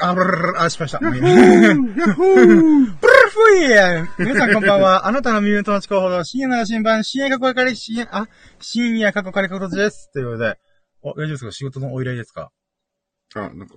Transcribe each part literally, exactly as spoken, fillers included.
あ、ブルルルあ、しました。ヤッホーヤッホーブルルフイヤ皆さんこんばんは。あなたの耳の友達候補の深夜の新版、深夜過去仮、深夜、あ、深夜過去仮ことです。ということで、お、大丈夫ですか？仕事のお依頼ですか？ あ、なんか。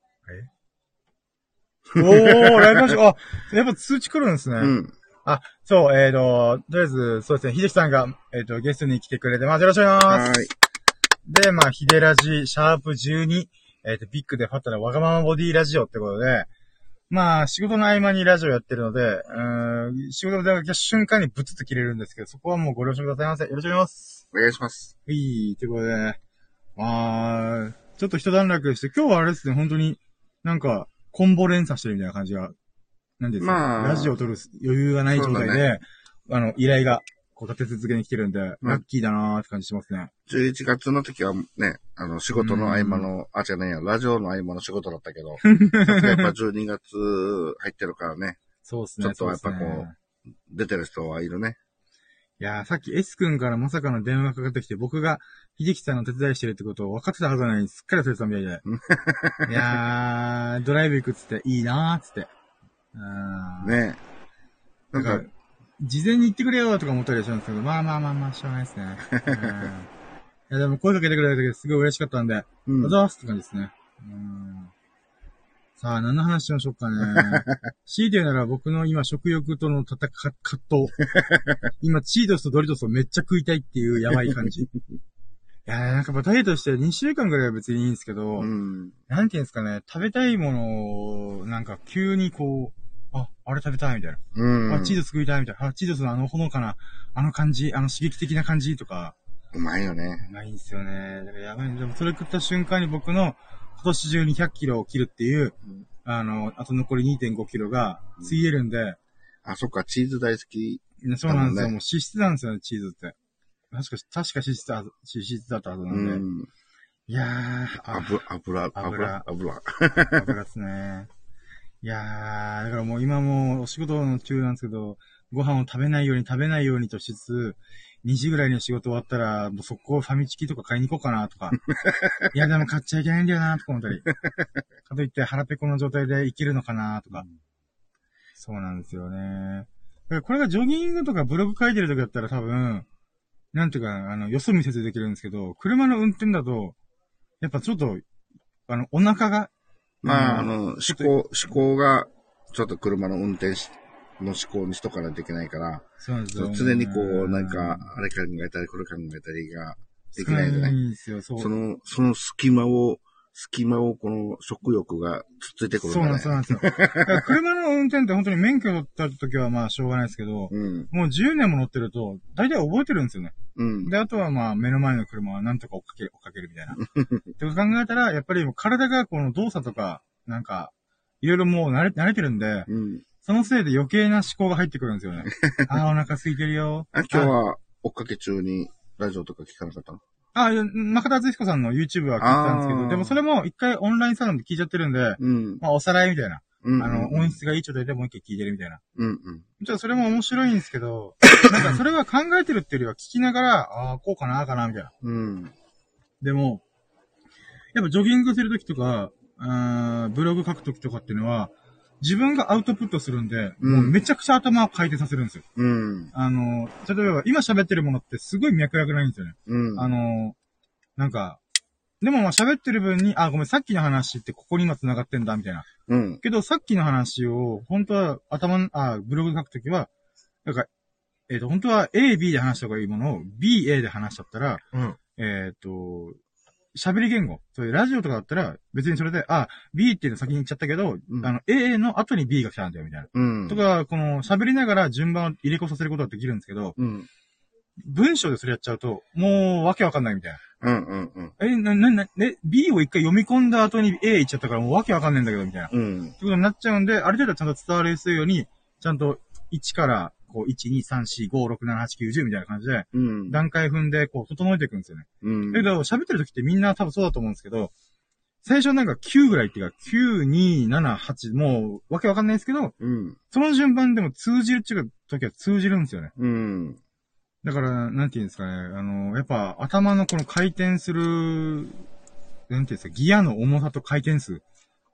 えおー、ライブの仕事、あ、やっぱ通知来るんですね。 うん。 あ、そう、えーと、とりあえず、そうですね、秀樹さんが、えーと、ゲストに来てくれてます。よろしくお願いします。 はい。 で、まあ、ヒデラジ、シャープじゅうに、えっ、ー、と、ビッグでファットなわがままボディラジオってことで、まあ、仕事の合間にラジオやってるので、うーん、仕事で出た瞬間にブツッと切れるんですけど、そこはもうご了承くださいませ。よろしくお願いします。 お願いします。 いい、ということで、ね、まあ、ちょっと一段落して、今日はあれですね、本当に、なんか、コンボ連鎖してるみたいな感じが、なんですか、まあ、ラジオを撮る余裕がない状態で、ね、あの、依頼が、こう立て続けに来てるんで、うん、ラッキーだなーって感じしますね。 じゅういちがつの時はね、あの、仕事の合間の、あ、違うねや、ラジオの合間の仕事だったけど、やっぱじゅうにがつ入ってるからね。 そうですね。 ちょっとやっぱこう、ね、出てる人はいるね。 いやー、さっき S 君からまさかの電話がかかってきて、僕が秀樹さんの手伝いしてるってことを分かってたはずなのに、すっかり忘れてたみたいで。いやー、ドライブ行くっつって、いいなーっつって。 うんねえ。なんか、事前に言ってくれよとか思ったりしたんですけど、まあまあまあまあ、しょうがないですね。うん、いやでも声かけてくれた時すごい嬉しかったんで、うん、おざーすって感じですね。うんさあ、何の話しましょうかね。強いて言うなら僕の今食欲との戦葛藤。今、チードスとドリトスをめっちゃ食いたいっていうやばい感じ。いやー、なんかやっぱダイエットしてにしゅうかんぐらいは別にいいんですけど、うん、なんていうんですかね、食べたいものを、なんか急にこう、あ、あれ食べたいみたいな。うん、あ、チードス食いたいみたいな。あ、チードスのあのほのかな、あの感じ、あの刺激的な感じとか。 うまいよね。 うまいんですよね。だからやばい。でもそれ食った瞬間に僕の今年中にひゃっキロを切るっていう、うん、あの、あと残り にてんごキロがついえるんで、うん。 あ、そっか、チーズ大好き、 ね。そうなんですよ。もう脂質なんですよね、チーズって。確か、確か脂質だ、脂質だったはずなんで。うん、いやー、 油、油、油、油。 油ですね。いやー、だからもう今もお仕事の中なんですけど、ご飯を食べないように食べないようにとしつつ、にじぐらいに仕事終わったら、もう速攻ファミチキとか買いに行こうかなとか。いやでも買っちゃいけないんだよなとか思ったり。かといって腹ペコの状態で生きるのかなとか、うん。そうなんですよね。だからこれがジョギングとかブログ書いてる時だったら多分、なんていうか、あの、よそ見せてできるんですけど、車の運転だと、やっぱちょっと、あの、お腹が、 まあ、あの、思考、思考が、ちょっと車の運転し、の思考にしとかないといけないから、 そうなんですよ。 常にこう、なんか、あれ考えたり、これ考えたりができないとね。 いいですよ、そう。 その、その隙間を、隙間をこの食欲がつっついてくるんだね。 そうなんですよ。車の運転って本当に免許取った時はまあしょうがないですけど、うん、もうじゅうねんも乗ってると、大体覚えてるんですよね。うん、で、あとはまあ目の前の車はなんとか追っかける、追っかけるみたいな。って考えたら、やっぱりもう体がこの動作とか、なんか、いろいろもう慣れ、慣れてるんで、うん、そのせいで余計な思考が入ってくるんですよね。あー、お腹空いてるよ。 あ、今日は追っかけ中にラジオとか聞かなかったの？ あ、中田敦彦さんの YouTube は聞いたんですけど、でもそれも一回オンラインサロンで聞いちゃってるんで、うん、まあおさらいみたいな。うんうんうん、あの、音質がいい状態でもう一回聞いてるみたいな。うんうん。じゃあそれも面白いんですけど、なんかそれは考えてるっていうよりは聞きながら、ああ、こうかな、ああかな、みたいな。うん。でも、やっぱジョギングするときとか、あブログ書くときとかっていうのは、自分がアウトプットするんで、うん、もうめちゃくちゃ頭を回転させるんですよ。うん。あの、例えば今喋ってるものってすごい脈絡ないんですよね。うん。あの、なんか、でもまあ喋ってる分に、あ、ごめん、さっきの話ってここに今繋がってんだ、みたいな。うん。けどさっきの話を、本当は頭、あ、ブログで書くときは、なんか、えっと、本当は A、B で話した方がいいものを B、A で話しちゃったら、うん。えっと、喋り言語。そういうラジオとかだったら、別にそれで、あ、B っていうの先に言っちゃったけど、うん、あの、A の後に B が来たんだよ、みたいな。うん。とか、この、喋りながら順番を入れ子させることができるんですけど、うん。文章でそれやっちゃうと、もう、わけわかんないみたいな。うんうんうん。え、な、な、な、ね、B を一回読み込んだ後に A 言っちゃったから、もうわけわかんないんだけど、みたいな。うん。ってことになっちゃうんで、ある程度ちゃんと伝わりやすいように、ちゃんといちから、こう、いち、に、さん、よん、ご、ろく、なな、はち、きゅう、じゅうみたいな感じで、うん、段階踏んで、こう、整えていくんですよね。うん。だけど、喋ってる時ってみんな多分そうだと思うんですけど、最初なんかきゅうぐらいっていうか、きゅう、に、なな、はち、もう、わけわかんないですけど、うん。その順番でも通じるっていう時は通じるんですよね。うん。だから、なんていうんですかね、あの、やっぱ、頭のこの回転する、なんていうんですか、ギアの重さと回転数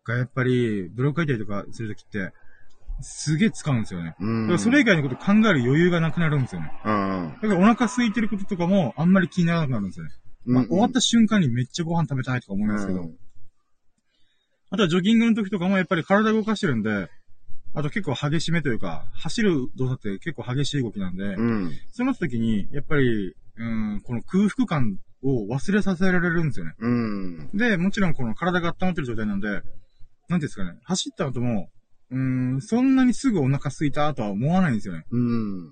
がやっぱり、ブログ書いたりとかするときって、すげえ使うんですよね。うん。だからそれ以外のこと考える余裕がなくなるんですよね。うん。だからお腹空いてることとかもあんまり気にならなくなるんですよね。うんうん、まあ、終わった瞬間にめっちゃご飯食べたいとか思いますけど。うん、あとはジョギングの時とかもやっぱり体動かしてるんで、あと結構激しめというか、走る動作って結構激しい動きなんで、うん、その時に、やっぱり、うん、この空腹感を忘れさせられるんですよね。うん、で、もちろんこの体が温まってる状態なんで、なんていうんですかね、走った後も、うーん、そんなにすぐお腹空いたとは思わないんですよね。うん。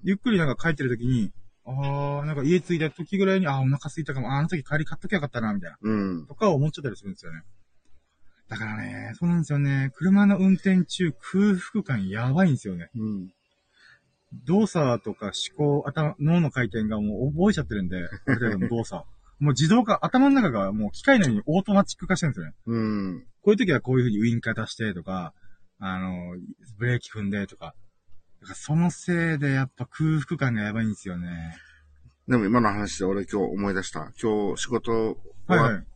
ゆっくりなんか帰ってる時に、あー、なんか家着いた時ぐらいに、あー、お腹空いたかも、あー、あの時帰り買っときゃよかったな、みたいな。うん。とか思っちゃったりするんですよね。だからね、そうなんですよね。車の運転中、空腹感やばいんですよね。うん。動作とか思考、頭、脳の回転がもう覚えちゃってるんで、ある程度の動作。もう自動化、頭の中がもう機械のようにオートマチック化してるんですよね。うん。こういう時はこういう風にウインカー出してとか、あの、ブレーキ踏んでとか。だからそのせいでやっぱ空腹感がやばいんですよね。 でも今の話で俺今日思い出した。今日仕事終わって、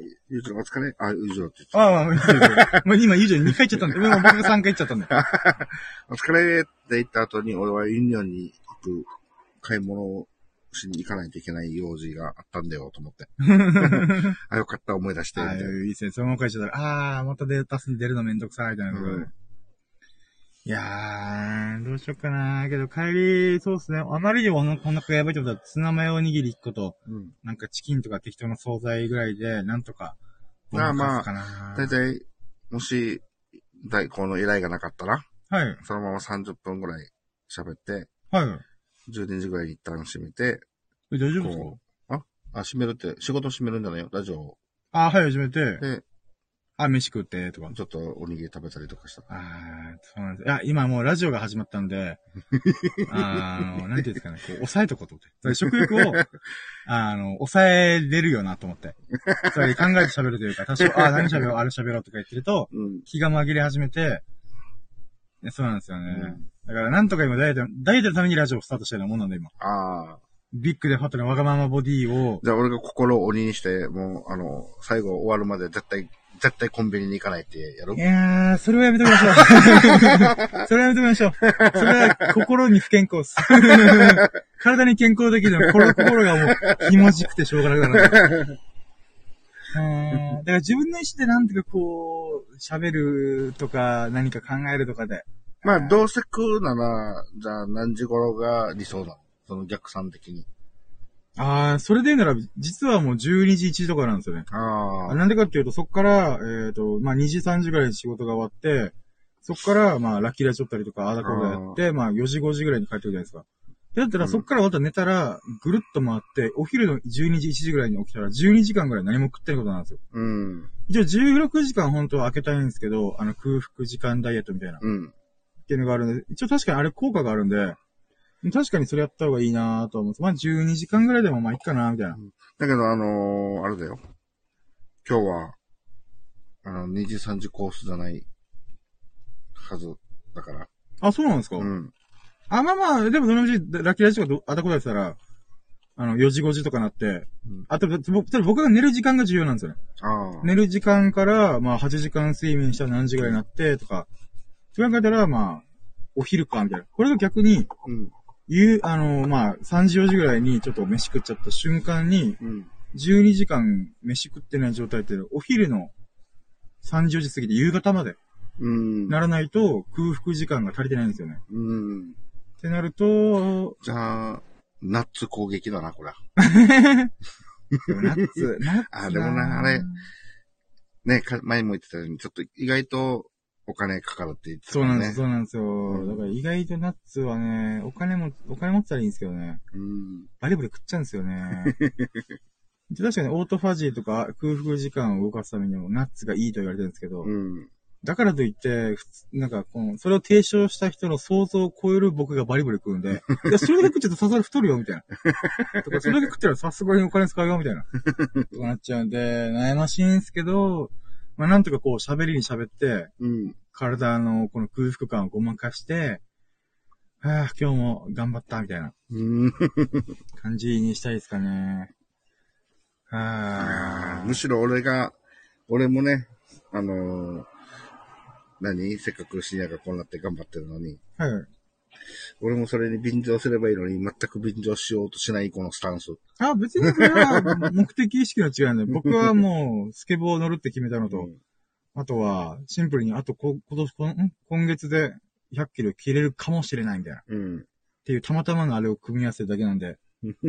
ゆうちょお疲れあ、ゆうちょって言ってた。 ああ、まあ、まあ、今ゆうちょにかい言っちゃったんで、僕がさんかい言っちゃったんで。 お疲れって言った後に俺はユニオンに行く買い物をしに行かないといけない用事があったんだよと思って。あ、よかった思い出して。 ああ、いいですね。そのまま書いちゃったら、ああ、またデータスに出るのめんどくさいみたいなところで。うん、いやー、どうしよっかなー。けど帰り、そうっすね。あまりにもお腹がやばいってことは、ツナマヨおにぎりいっこと、うん、なんかチキンとか適当な惣菜ぐらいで、なんとか。 まあまあ、だいたい、もし、代行の依頼がなかったら、はい。そのままさんじゅっぷんぐらい喋って、はい。じゅうにじぐらいに一旦閉めて。 え、大丈夫ですか？ ああ、閉めるって、仕事閉めるんじゃないよ、ラジオを。 あ、はい、閉めて。で、あ、飯食って、とか。 ちょっとおにぎり食べたりとかした。 ああ、そうなんです。いや、今もうラジオが始まったんで、あの、なんていうんですかね、こう、抑えとこうと思って。食欲を、あの、抑えれるよなと思って。それ考えて喋るというか、多少、あ、何喋ろう、あれ喋ろうとか言ってると、うん、気が紛れ始めて、そうなんですよね。うん、だから、なんとか今、ダイエット、ダイエットのためにラジオをスタートしてるようなもんなんで、今。ああ。ビッグでファットなわがままボディを。 じゃあ、俺が心を鬼にして、もう、あの、最後終わるまで絶対、絶対コンビニに行かないってやる？ いやー、それはやめてみましょう。それはやめてみましょう。それは心に不健康です。体に健康的でも、心がもう、ひもじくてしょうがなくなる。だから自分の意思でなんていうかこう、喋るとか、何か考えるとかで。 まあ、どうせ食うなら、じゃあ何時頃が理想なの？その逆算的に。 ああ、それで言うなら、実はもうじゅうにじ、いちじとかなんですよね。ああ。なんでかっていうと、そっから、えっ、ー、と、まあにじ、さんじぐらいに仕事が終わって、そっから、まあラッキーライチ取ったりとか、あーだこーだやって、まあよじ、ごじぐらいに帰ってくるじゃないですか。だったら、そっからまた寝たら、ぐるっと回って、お昼のじゅうにじ、いちじぐらいに起きたら、じゅうにじかんぐらい何も食ってないことなんですよ。うん。一応じゅうろくじかん本当は開けたいんですけど、あの空腹時間ダイエットみたいな。うん。っていうのがあるんで、一応確かにあれ効果があるんで、確かにそれやった方がいいなぁと思って、まあじゅうにじかんぐらいでもまあいいかなみたいな。 だけどあのー、あれだよ。今日は、あの、にじさんじコースじゃないはずだから。 あ、そうなんですか？うん。あ、まあまあ、でもそのうちラッキーライチとかあたこだったら、あの、よじごじとかなって、うん、あと、僕が寝る時間が重要なんですよね。あ寝る時間から、まあはちじかん睡眠したら何時ぐらいになって、とか、そう考えたら、まあ、お昼か、みたいな。これが逆に、うん、夕、あの、まあ、さんじ、よじぐらいにちょっと飯食っちゃった瞬間に、うん、じゅうにじかん飯食ってない状態って、お昼のさんじ、よじ過ぎて夕方まで、うん、ならないと空腹時間が足りてないんですよね。うん、ってなると、 じゃあ、ナッツ攻撃だな、これ。 でもナッツ、ナッツ。 あ、でもな、あれ、ね、前も言ってたように、ちょっと意外とお金かかるって言ってた、ね。 そうなんです、そうなんですよ。うん、だから意外とナッツはね、お金も、お金持ってたらいいんですけどね。うん、バリバリ食っちゃうんですよね。確かにオートファジーとか空腹時間を動かすためにもナッツがいいと言われてるんですけど、うん、だからといって、なんかこの、それを提唱した人の想像を超える僕がバリバリ食うんで、いや、それだけ食っちゃうとさすがに太るよ、みたいな。とか、それだけ食ったらさすがにお金使うよ、みたいな。となっちゃうんで、悩ましいんですけど、まあなんとかこう喋りに喋って、うん、体のこの空腹感をごまかして、はぁ、今日も頑張った、みたいな感じにしたいですかね。 はぁ。むしろ俺が、俺もね、あのー、 何せっかくシニアがこうなって頑張ってるのに。 はい。 俺もそれに便乗すればいいのに、全く便乗しようとしないこのスタンス。 あ、別にそれは目的意識の違いなんで、僕はもうスケボー乗るって決めたのと、うん、あとはシンプルに、あとこ今年こん、今月でひゃっキロ切れるかもしれないみたいな。うん。っていうたまたまのあれを組み合わせるだけなんで。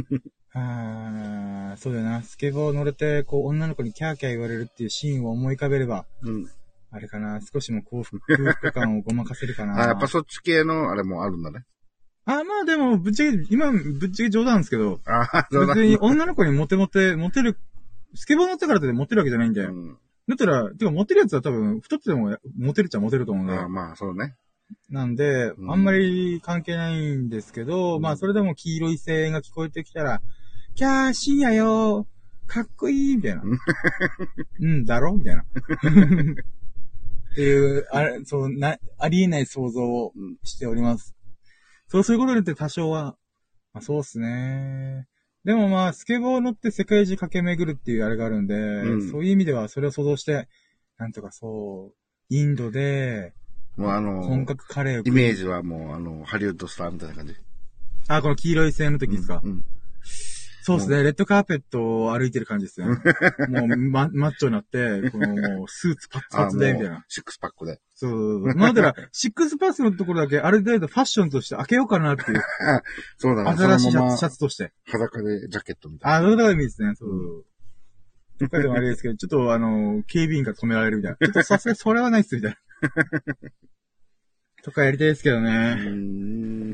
あー、そうだよな。スケボー乗れて、こう女の子にキャーキャー言われるっていうシーンを思い浮かべれば、うん。あれかな、少しも幸福感をごまかせるかな。 あ、やっぱそっち系のあれもあるんだね。 あ、まあでも、ぶっちゃけ、今、ぶっちゃけ冗談ですけど、あ冗談別に女の子にモテモテ、モテる、スケボー乗ったからってモテるわけじゃないんで、うん、だったら、てかモテるやつは多分、太ってでもモテるっちゃモテると思うんで。 あまあ、そうね。 なんで、うん、あんまり関係ないんですけど、うん、まあそれでも黄色い声援が聞こえてきたら、キャー、深夜よー、かっこいいみたいな。うん、だろみたいな。っていう、あれ、そう、な、ありえない想像をしております。そうすることによって多少は、まあそうっすね。でもまあ、スケボー乗って世界中駆け巡るっていうあれがあるんで、うん、そういう意味ではそれを想像して、なんとかそう、インドで、 もうあの、 本格カレーをイメージはもうあの、ハリウッドスターみたいな感じ。 あ、この黄色い線の時ですか、うんうん、そうですね、レッドカーペットを歩いてる感じですね。もう、ま、マッチョになって、このもう、スーツパッツパツで、みたいな。 シックスパックで。 そう。まあ、だから、シックスパックのところだけ、ある程度ファッションとして開けようかなっていう。 そうだね。 新しいシャツ、シャツとして。 裸でジャケットみたいな。 あ、そういうことがいいですね。そう。とかでもあれですけど、ちょっとあの、警備員が止められるみたいな。ちょっとさすがにそれはないっす、みたいな。とかやりたいですけどね。うーん。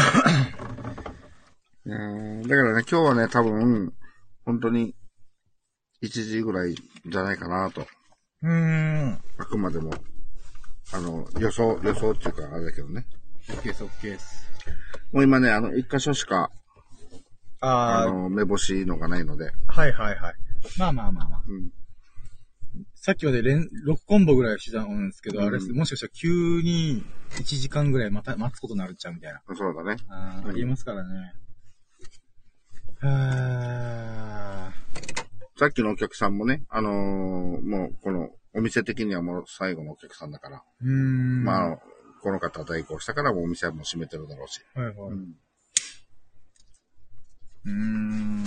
いやだからね、今日はね、多分、本当に、いちじぐらいじゃないかなと。 うーん。 あくまでも、あの、予想、予想っていうか、あれだけどね。 OK です、OK です。 もう今ね、あの、一箇所しか、あの、目星のがないので。 はいはいはい。まあまあまあまあ。うん、さっきまで連、ろくコンボぐらいしてたんですけど、うん、あれです、もしかしたら急にいちじかんぐらいまた待つことになるっちゃうみたいな。 そうだね。 あ、うん、ありますからね。はさっきのお客さんもね、あのー、もう、この、お店的にはもう最後のお客さんだから。 うーん。 まあ、あの、この方代行したからもうお店はもう閉めてるだろうし。 はいはい。うん。うーん。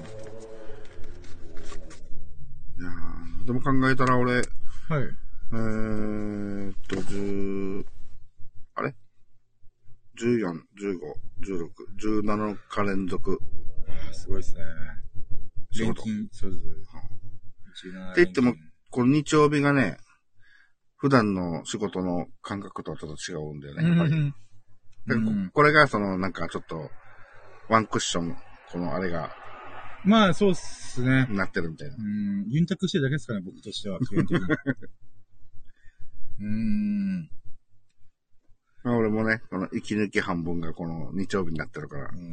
いやーでも考えたら俺、 はい。 えーっと、じゅう、あれ ?じゅうよん、じゅうご、じゅうろく、じゅうななか連続。 すごいですね。連勤、そうです。 って言っても、この日曜日がね、普段の仕事の感覚とはちょっと違うんだよね、やっぱり。うん、これが、その、なんかちょっと、ワンクッション、このあれが、 まあ、そうっすね。 なってるみたいな。 うん、ユンタクしてるだけですかね、僕としては、基本的に。うーん。 まあ、俺もね、この息抜き半分がこの日曜日になってるから。うん。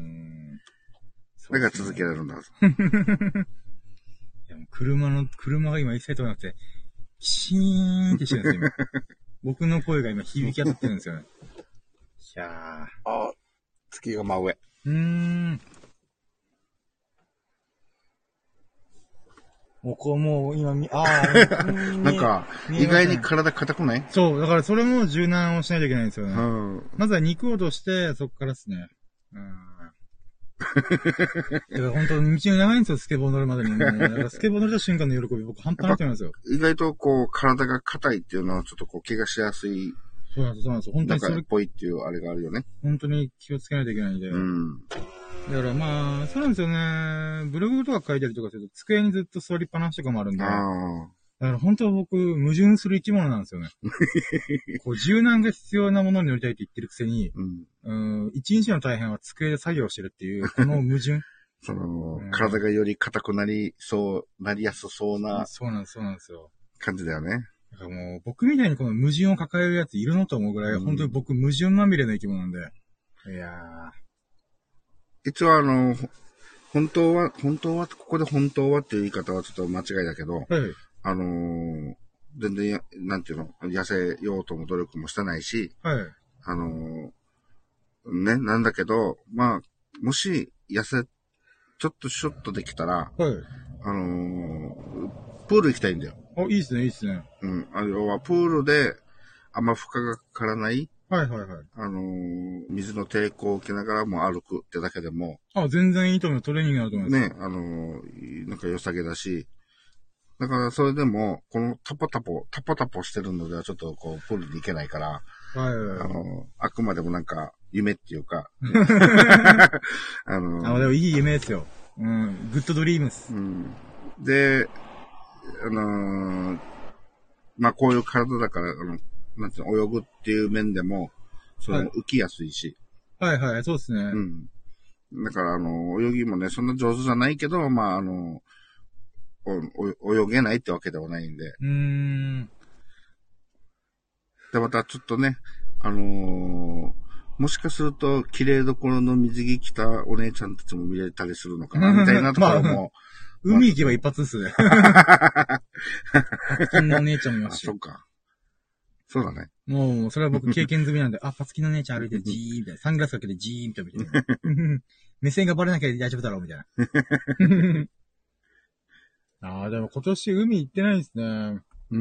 それが続けられるんだ。 いやもう車の、車が今一切通らなくて、キシーンってしてるんですよ、今。僕の声が今響き当たってるんですよね。いやー。 あ、月が真上。 うーん。もうこうもう今み、ああ、 なんか、意外に体硬くない？ そう、だからそれも柔軟をしないといけないんですよね。うん、まずは肉を落として、そこからですね。うん。だから本当道が長いんですよ、スケボー乗るまでに。だからスケボー乗れた瞬間の喜び、僕半端なくなるんですよ。 意外とこう、体が硬いっていうのはちょっとこう、怪我しやすい。 そうなんです、そうなんですよ。本当にそれ。 っぽいっていうあれがあるよね。 本当に気をつけないといけないんで。うん。だからまあ、そうなんですよね。ブログとか書いたりとかすると、机にずっと座りっぱなしとかもあるんで。ああ。だから本当は僕、矛盾する生き物なんですよね。こう柔軟が必要なものに乗りたいって言ってるくせに、うん、一日の大変は机で作業してるっていう、この矛盾。 その、うん、体がより硬くなりそう、なりやすそうな。 そうなんです、そうなんですよ。 感じだよね。 だからもう、僕みたいにこの矛盾を抱えるやついるのと思うぐらい、うん、本当に僕矛盾まみれの生き物なんで。いやー。 一応あの、本当は、本当は、ここで本当はっていう言い方はちょっと間違いだけど、はい、あのー、全然、なんていうの、痩せようとも努力もしてないし、はい、あのー、ね、なんだけど、まあ、もし痩せ、ちょっとシュッとできたら、はい、あのー、プール行きたいんだよ。 あ、いいっすね、いいっすね。 うん。あのは、プールで、 あんま負荷がかからない。 はいはいはい。 あのー、水の抵抗を受けながらも歩くってだけでも。 あ、全然いいと思う。トレーニングになると思います。 ね、あのー、なんか良さげだし。だからそれでも、このタポタポ、タポタポしてるのではちょっとこう、プールに行けないから。 はいはいはい。 あのー、あくまでもなんか、夢っていうか。 あのー、あ、でもいい夢ですよ。うん、グッドドリームス。 うん。で、あのー、まあ、こういう体だから、あの、なんていうの、泳ぐっていう面でも、それも浮きやすいし。 はい、はい、はい、そうですね。うん。だから、あの、泳ぎもね、そんな上手じゃないけど、まあ、あの、お、泳げないってわけではないんで。 うーん。 で、またちょっとね、あのー、もしかすると、綺麗どころの水着着たお姉ちゃんたちも見れたりするのかな、みたいなところも。 まあ、海行けば一発ですね。パツキンのお姉ちゃんもいますし。 あ、そっか。そうだね。 もう、それは僕経験済みなんで、あ、パツキンのお姉ちゃん歩いてジーンみたいな。サングラスかけてジーンみたいな。目線がバレなきゃ大丈夫だろうみたいな。ああ、でも今年海行ってないですね。 うん。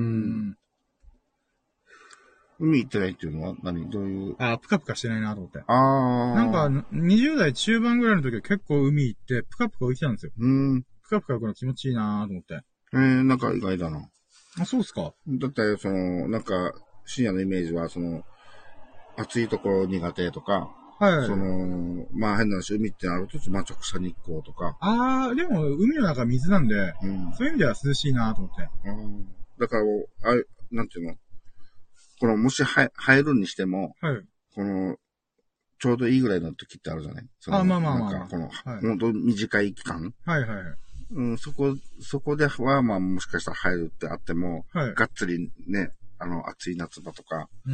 海行ってないっていうのは何どういう。 ああ、ぷかぷかしてないなと思って。 ああ。 なんか、にじゅう代中盤ぐらいの時は結構海行って、ぷかぷか浮いてたんですよ。 うん。 ぷかぷか浮くの気持ちいいなと思って。 えー、なんか意外だな。 あ、そうっすか。 だって、その、なんか、深夜のイメージは、その、暑いところ苦手とか、はい。その、まあ変な話、海ってなると、まあ直射日光とか。 ああ、でも、海の中水なんで、うん、そういう意味では涼しいなと思って。 うん、だから、あなんていうのこの、もしは入るにしても、はい。この、ちょうどいいぐらいの時ってあるじゃないそのあ、まあまあまあ。なんか、この、はい、ほんと短い期間。はいはい。うん、そこ、そこでは、まあもしかしたら入るってあっても、はい。がっつりね、あの、暑い夏場とか、うん。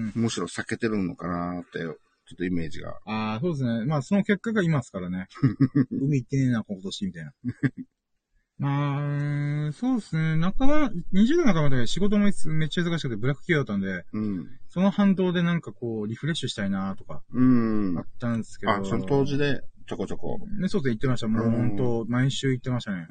むしろ避けてるのかなって、ちょっとイメージが。 ああ、そうですね。まあその結果がいますからね。海行ってねえな、今年、みたいな。まあ、そうですね。半ば、にじゅう代半ばで仕事もめっちゃ忙しくてブラック企業だったんで、うん、その反動でなんかこう、リフレッシュしたいなとか、うん。あったんですけど。 あ、その当時でちょこちょこ。 ね、そうですね、行ってました。もう本当、毎週行ってましたね。うん。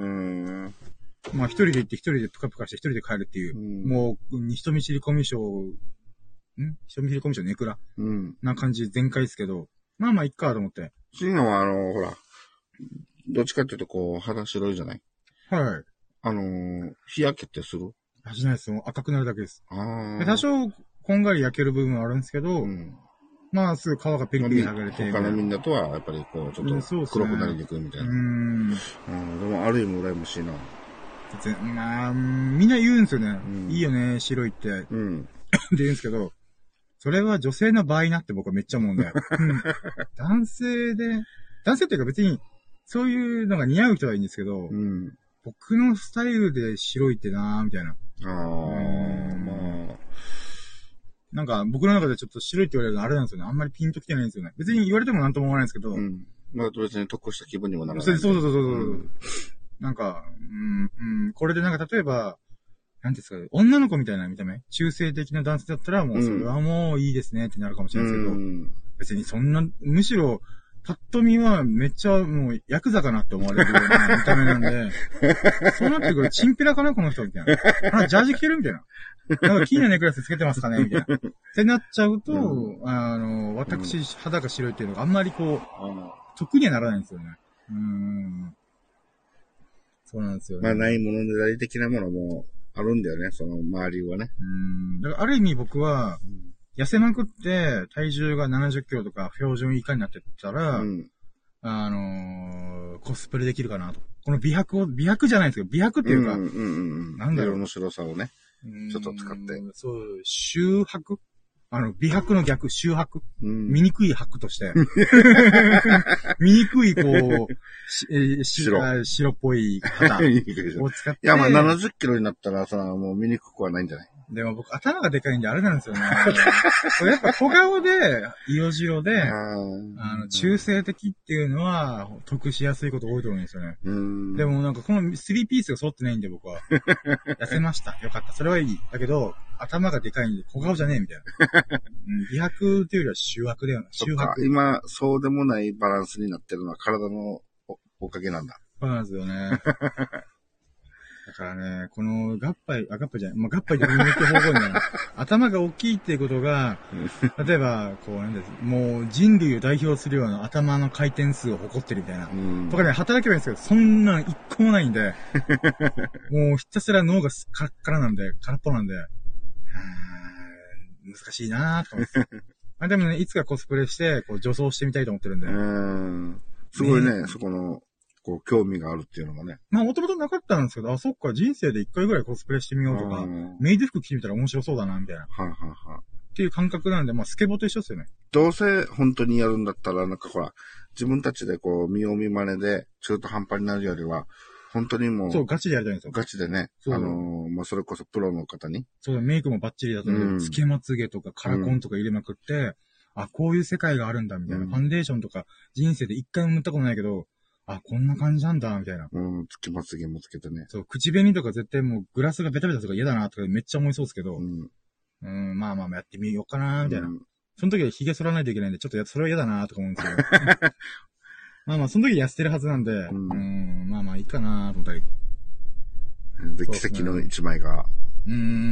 まあ一人で行って一人でプカプカして一人で帰るっていう、うん、もう、人見知りコミュ障、ん人見知りコミュ障ネクラ、うん、な感じ全開ですけど、まあまあいっかと思って。 そういうのはあの、ほら、どっちかっていうとこう、肌白いじゃないはい。あのー、日焼けってするしないです。赤くなるだけです。ああ。多少、こんがり焼ける部分はあるんですけど、うん、まあ、すぐ皮がペリペリ剥がれて。 他のみんなとは、やっぱりこう、ちょっと黒くなりにくいみたいな。う、ね、ん。うん。でも、ある意味羨ましいな。 まあ、みんな言うんですよね。うん、いいよね、白いって。うん。って言うんですけど、それは女性の場合なって僕はめっちゃ思うんだよ。うん、男性で、男性っていうか別に、そういうのが似合う人はいいんですけど、うん、僕のスタイルで白いってなーみたいな。ああ、まあ。なんか僕の中でちょっと白いって言われるのあれなんですよね。あんまりピンときてないんですよね。別に言われてもなんとも思わないんですけど。うん。 まあ別に得した気分にもならない。 そうそうそうそう。うん、なんか、うん、うん、これでなんか例えば、なんですかね、女の子みたいな見た目、中性的な男性だったらもうそれはもういいですねってなるかもしれないですけど、うん、別にそんな、むしろ、パッと見はめっちゃもうヤクザかなって思われるような見た目なんで、そうなってくるとチンピラかなこの人みたいな。あ、ジャージ着てるみたいな。なんか金のネックレスつけてますかねみたいな。ってなっちゃうと、うん、あの、私、肌が白いっていうのがあんまりこう、得にはならないんですよね。うーん。そうなんですよね。 まあ、ないものねだり的なものもあるんだよね、その周りはね。 うん。だからある意味僕は、痩せまくって体重がななじゅっキロとか標準以下になってたら、うん、あのー、コスプレできるかなと。この美白を、美白じゃないですけど、美白っていうか、うんうんうんうん、なんだろう。 面白さをね、ちょっと使って。 そう、周白あの、美白の逆、周白、うん、醜い白として。醜い、こう、しえー、し白白っぽい肌を使って。 いや、まあななじゅっキロになったらさ、もう醜くはないんじゃないでも僕、頭がでかいんであれなんですよね。やっぱ小顔で、色白で、あの、中性的っていうのは、得しやすいこと多いと思うんですよね。でもなんかこのスリーピースが揃ってないんで僕は。痩せました。よかった。それはいい。だけど、頭がでかいんで小顔じゃねえみたいな。うん、美白っていうよりは周白だよな。周白。 今、そうでもないバランスになってるのは体の お, おかげなんだ。 そうなんですよね。 からね、この、合杯、あ、合杯じゃない、まあ、合杯で向いて方向になる。頭が大きいっていうことが、例えば、こう、なんです、もう人類を代表するような頭の回転数を誇ってるみたいな。うん、とかね、働けばいいんですけど、そんなん一個もないんで、もうひたすら脳がカラッカラなんで、空っぽなんで、難しいなぁと思って。あ、でもね、いつかコスプレして、こう、女装してみたいと思ってるんで。うーん。すごいね、ねそこの、こう、興味があるっていうのがね。 まあ、もともとなかったんですけど、あ、そっか、人生で一回ぐらいコスプレしてみようとか、メイド服着てみたら面白そうだな、みたいな。 はいはいはい。 っていう感覚なんで、まあ、スケボーと一緒ですよね。 どうせ本当にやるんだったら、なんかほら、自分たちでこう、見よう見まねで、中途半端になるよりは、本当にもう。 そう、ガチでやりたいんですよ。 ガチでね。あのー、まあ、それこそプロの方に。 そう、メイクもバッチリだと、うん、つけまつげとかカラコンとか入れまくって、うん、あ、こういう世界があるんだ、みたいな、うん。ファンデーションとか、人生で一回も塗ったことないけど、あ、こんな感じなんだ、みたいな。 うん、つけまつげもつけてね。 そう、口紅とか絶対もうグラスがベタベタとか嫌だな、とかめっちゃ思いそうですけど、うん、うんまあまあやってみようかな、みたいな。うん、その時は髭剃らないといけないんで、ちょっとそれは嫌だな、とか思うんですけど。まあまあ、その時痩せてるはずなんで、うん、うんまあまあいいかな、と思ったり。 で、奇跡の一枚が、うん。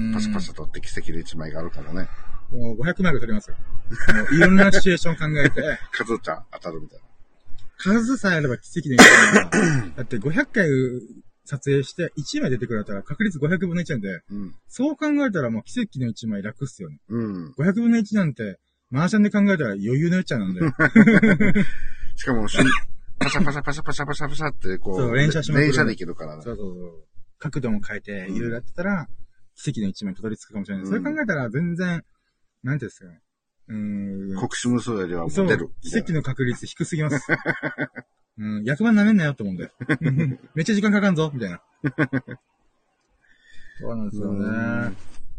パシャパシャとって奇跡の一枚があるからね。 もうごひゃくまいが取れますよ。もういろんなシチュエーション考えて。 数ちゃん当たるみたいな。 数さえあれば奇跡の一枚が。だってごひゃっかい撮影していちまい出てくれたら確率ごひゃくぶんのいちなんで、うん、そう考えたらもう奇跡のいちまい楽っすよね。うん。ごひゃくぶんのいちなんて、マージャンで考えたら余裕のいっちゃなんで。 しかも、パシャパシャパシャパシャパシャパシャってこう、そう連射しまくる。連射できるからね。 そうそうそう。角度も変えて、いろいろやってたら、奇跡の一枚たどり着くかもしれない。うん、それ考えたら全然、なんていうんですかね。うーん。 国士無双よりはもう出る。 奇跡の確率低すぎます。うん、役場舐めんなよって思うんで。めっちゃ時間かかんぞみたいな。そうなんですよね。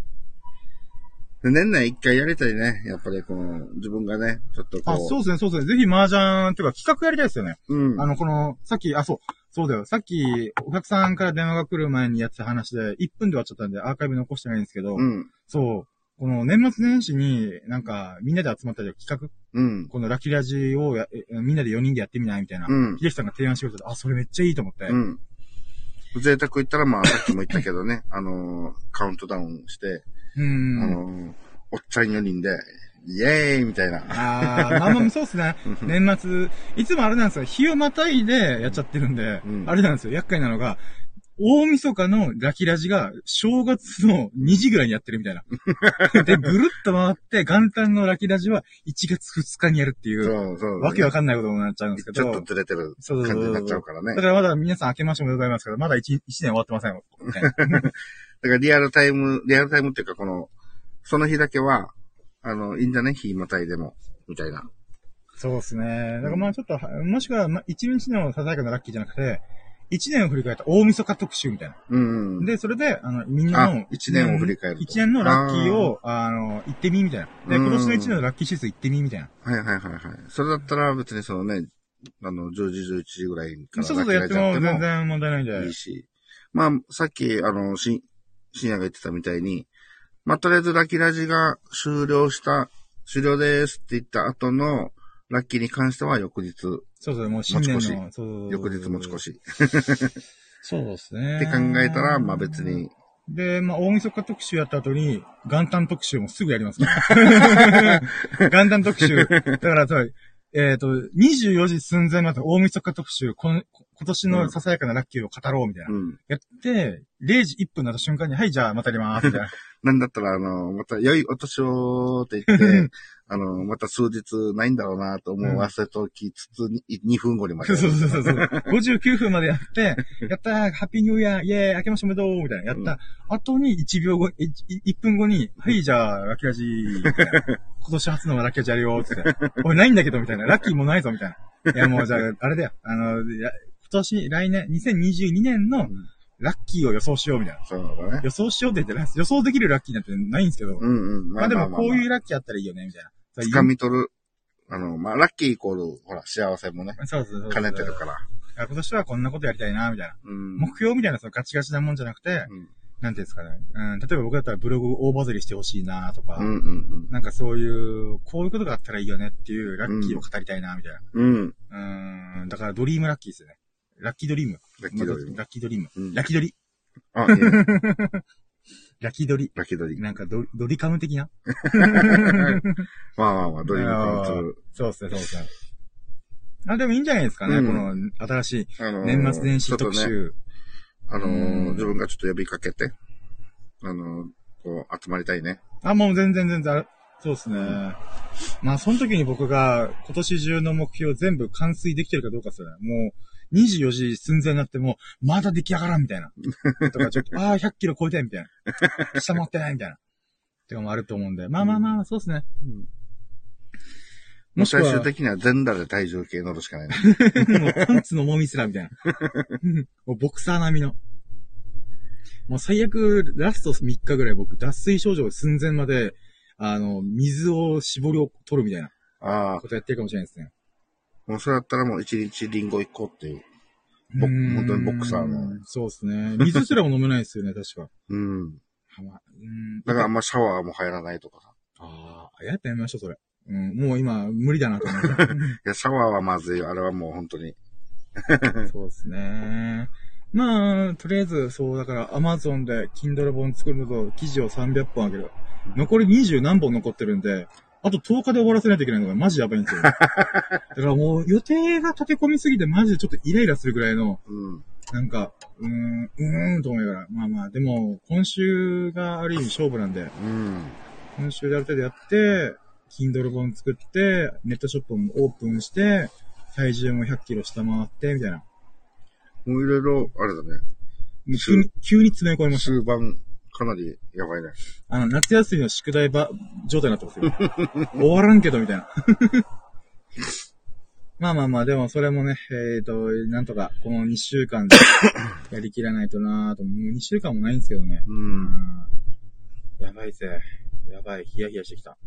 年内一回やりたいね。やっぱりこの、自分がね、ちょっとこう。 あ、そうですね、そうですね。ぜひ麻雀っていうか企画やりたいですよね。うん。あの、この、さっき、あ、そう。そうだよ。さっき、お客さんから電話が来る前にやってた話で、いっぷんで終わっちゃったんで、アーカイブ残してないんですけど、うん。そう。この年末年始に、なんか、みんなで集まったり企画、うん。このラッキーラジをや、みんなでよにんでやってみないみたいな。うん。秀樹さんが提案してくれたあ、それめっちゃいいと思って。うん。 贅沢言ったら、まあ、さっきも言ったけどね、あのー、カウントダウンして、うん。あのー、おっちゃんよにんで、イエーイみたいな。 ああ、まあまあそうっすね。年末、いつもあれなんですよ。日をまたいでやっちゃってるんで、うん、あれなんですよ。厄介なのが、大晦日のラキラジが正月のにじぐらいにやってるみたいな。で、ぐるっと回って、元旦のラキラジはいちがつふつかにやるっていう、そうそう、ね、わけわかんないことになっちゃうんですけど。 ちょっとずれてる感じになっちゃうからね。 だからまだ皆さん明けましておめでとうございますけど、まだ 1, いちねん終わってませんよ。 だからリアルタイム、リアルタイムっていうかこの、その日だけは、あの、いいんだね、日またいでも、みたいな。 そうですね。だからまあちょっと、もしくは、まあ、一日のささやかなラッキーじゃなくて、一年を振り返った大晦日特集みたいな。うん、うん。で、それで、あの、みんなの、 一年を振り返る。 一年のラッキーを、あの、行ってみ、みたいな。で、今年の一年のラッキー指数行ってみ、みたいな。 はいはいはいはい。それだったら別にそのね、あの、じゅうじ、じゅういちじぐらいから。 そうそう、やっても全然問題ないんで。 いいし。まあ、さっき、あの、し、深夜が言ってたみたいに、まあ、とりあえずラッキーラジが終了した、終了ですって言った後の、ラッキーに関しては翌日。そうそう、もう新年の。 持ち越し。そう翌日持ち越し。 そうですね。 って考えたら、まあ別に。 で、まあ大晦日特集やった後に、元旦特集もすぐやりますから。元旦特集。だからさ、えっと、にじゅうよじ寸前まで大晦日特集、この今年のささやかなラッキーを語ろうみたいな。うん、やって、れいじいっぷんになった瞬間に、はい、じゃあまたやります、みたいな。 なんだったら、あの、また良いお年をって言って、あの、また数日ないんだろうなと思わせときつつ、うん、にふんごにまで。 そうそうそうそう。ごじゅうきゅうふんまでやって、やったー、ハッピーニューイヤー、イェーイ、明けましておめでとうみたいな。やった、うん、後にいちびょうご、いっぷんごに、はい、じゃあ、ラッキーラジー、みたいな。今年初のラッキーラジやるよ、つって。おい、ないんだけど、みたいな。ラッキーもないぞ、みたいな。いや、もうじゃあ、あれだよ。あの、今年、来年、にせんにじゅうにねんの、ラッキーを予想しようみたいな。 そうだね。 予想しようって言って、予想できるラッキーなんてないんですけど。うんうん。まあでもこういうラッキーあったらいいよね、みたいな。 掴み取る。あの、まあ、ラッキーイコール、ほら、幸せもね。そうそうそう。兼ねてるから。 今年はこんなことやりたいな、みたいな。うん、目標みたいな、そのガチガチなもんじゃなくて、うん、なんていうんですかね。うん、例えば僕だったらブログ大バズりしてほしいな、とか、うんうんうん、なんかそういう、こういうことがあったらいいよねっていうラッキーを語りたいな、みたいな。うん。うん、だからドリームラッキーですよね。ラッキードリーム。 ラッキードリーム。 ラッキードリーム。うん、ラッキードリ。 あ、いいね。 ラキドリ。 ラキドリ。 なんかド、ドリカム的なまあまあまあ、ドリカムする。 そうっすね、そうっすね。あ、でもいいんじゃないですかね、うん、この新しい年末年始特集。 あのーね、あのー、自分がちょっと呼びかけて、あのー、こう集まりたいね。 あ、もう全然全然、そうですね。うん、まあ、その時に僕が今年中の目標全部完遂できてるかどうかですよね。もう、にじゅうよじ寸前になっても、まだ出来上がらんみたいな。とか、ちょっと、ああ、ひゃっキロ超えてみたいな。下回ってないみたいな。ってかもあると思うんで。まあまあまあ、そうですね。うんもう最終的には全裸で体重計乗るしかない、ね。 もうパンツのもみすらみたいな。もうボクサー並みの。もう最悪、ラストみっかぐらい僕、脱水症状寸前まで、あの、水を絞りを取るみたいな。ああ。ことやってるかもしれないですね。 もうそれだったらもう一日リンゴ一個っていう。ぼ本当にボクサーの。 そうですね。水すらも飲めないですよね、確か。 うん。うん。だからあんまシャワーも入らないとかさ。 ああ、やってみましょう、それ。うん、もう今、無理だなと思って。いや、シャワーはまずいよ。あれはもう本当に。 そうですね。まあ、とりあえず、そう、だから、Amazon で Kindle 本作るのと、記事をさんびゃっぽんあげる。残りにじゅう何本残ってるんで、あととおかで終わらせないといけないのがマジやばいんですよ。だからもう、予定が立て込みすぎてマジでちょっとイライラするぐらいの、うん、なんか、うーん、うーんと思いながら。まあまあ、でも、今週がある意味勝負なんで、うん、今週である程度やって、Kindle 本作って、ネットショップもオープンして、体重もひゃっキロ下回って、みたいな。 もういろいろ、あれだね。 急に、急に詰め込みました。 終盤、かなりやばいね。 あの、夏休みの宿題ば、状態になってますよ。終わらんけど、みたいな。まあまあまあ、でもそれもね、えっと、なんとか、このにしゅうかんでやりきらないとなぁと、もうにしゅうかんもないんですけどね。うん。やばいぜ。やばい、ヒヤヒヤしてきた。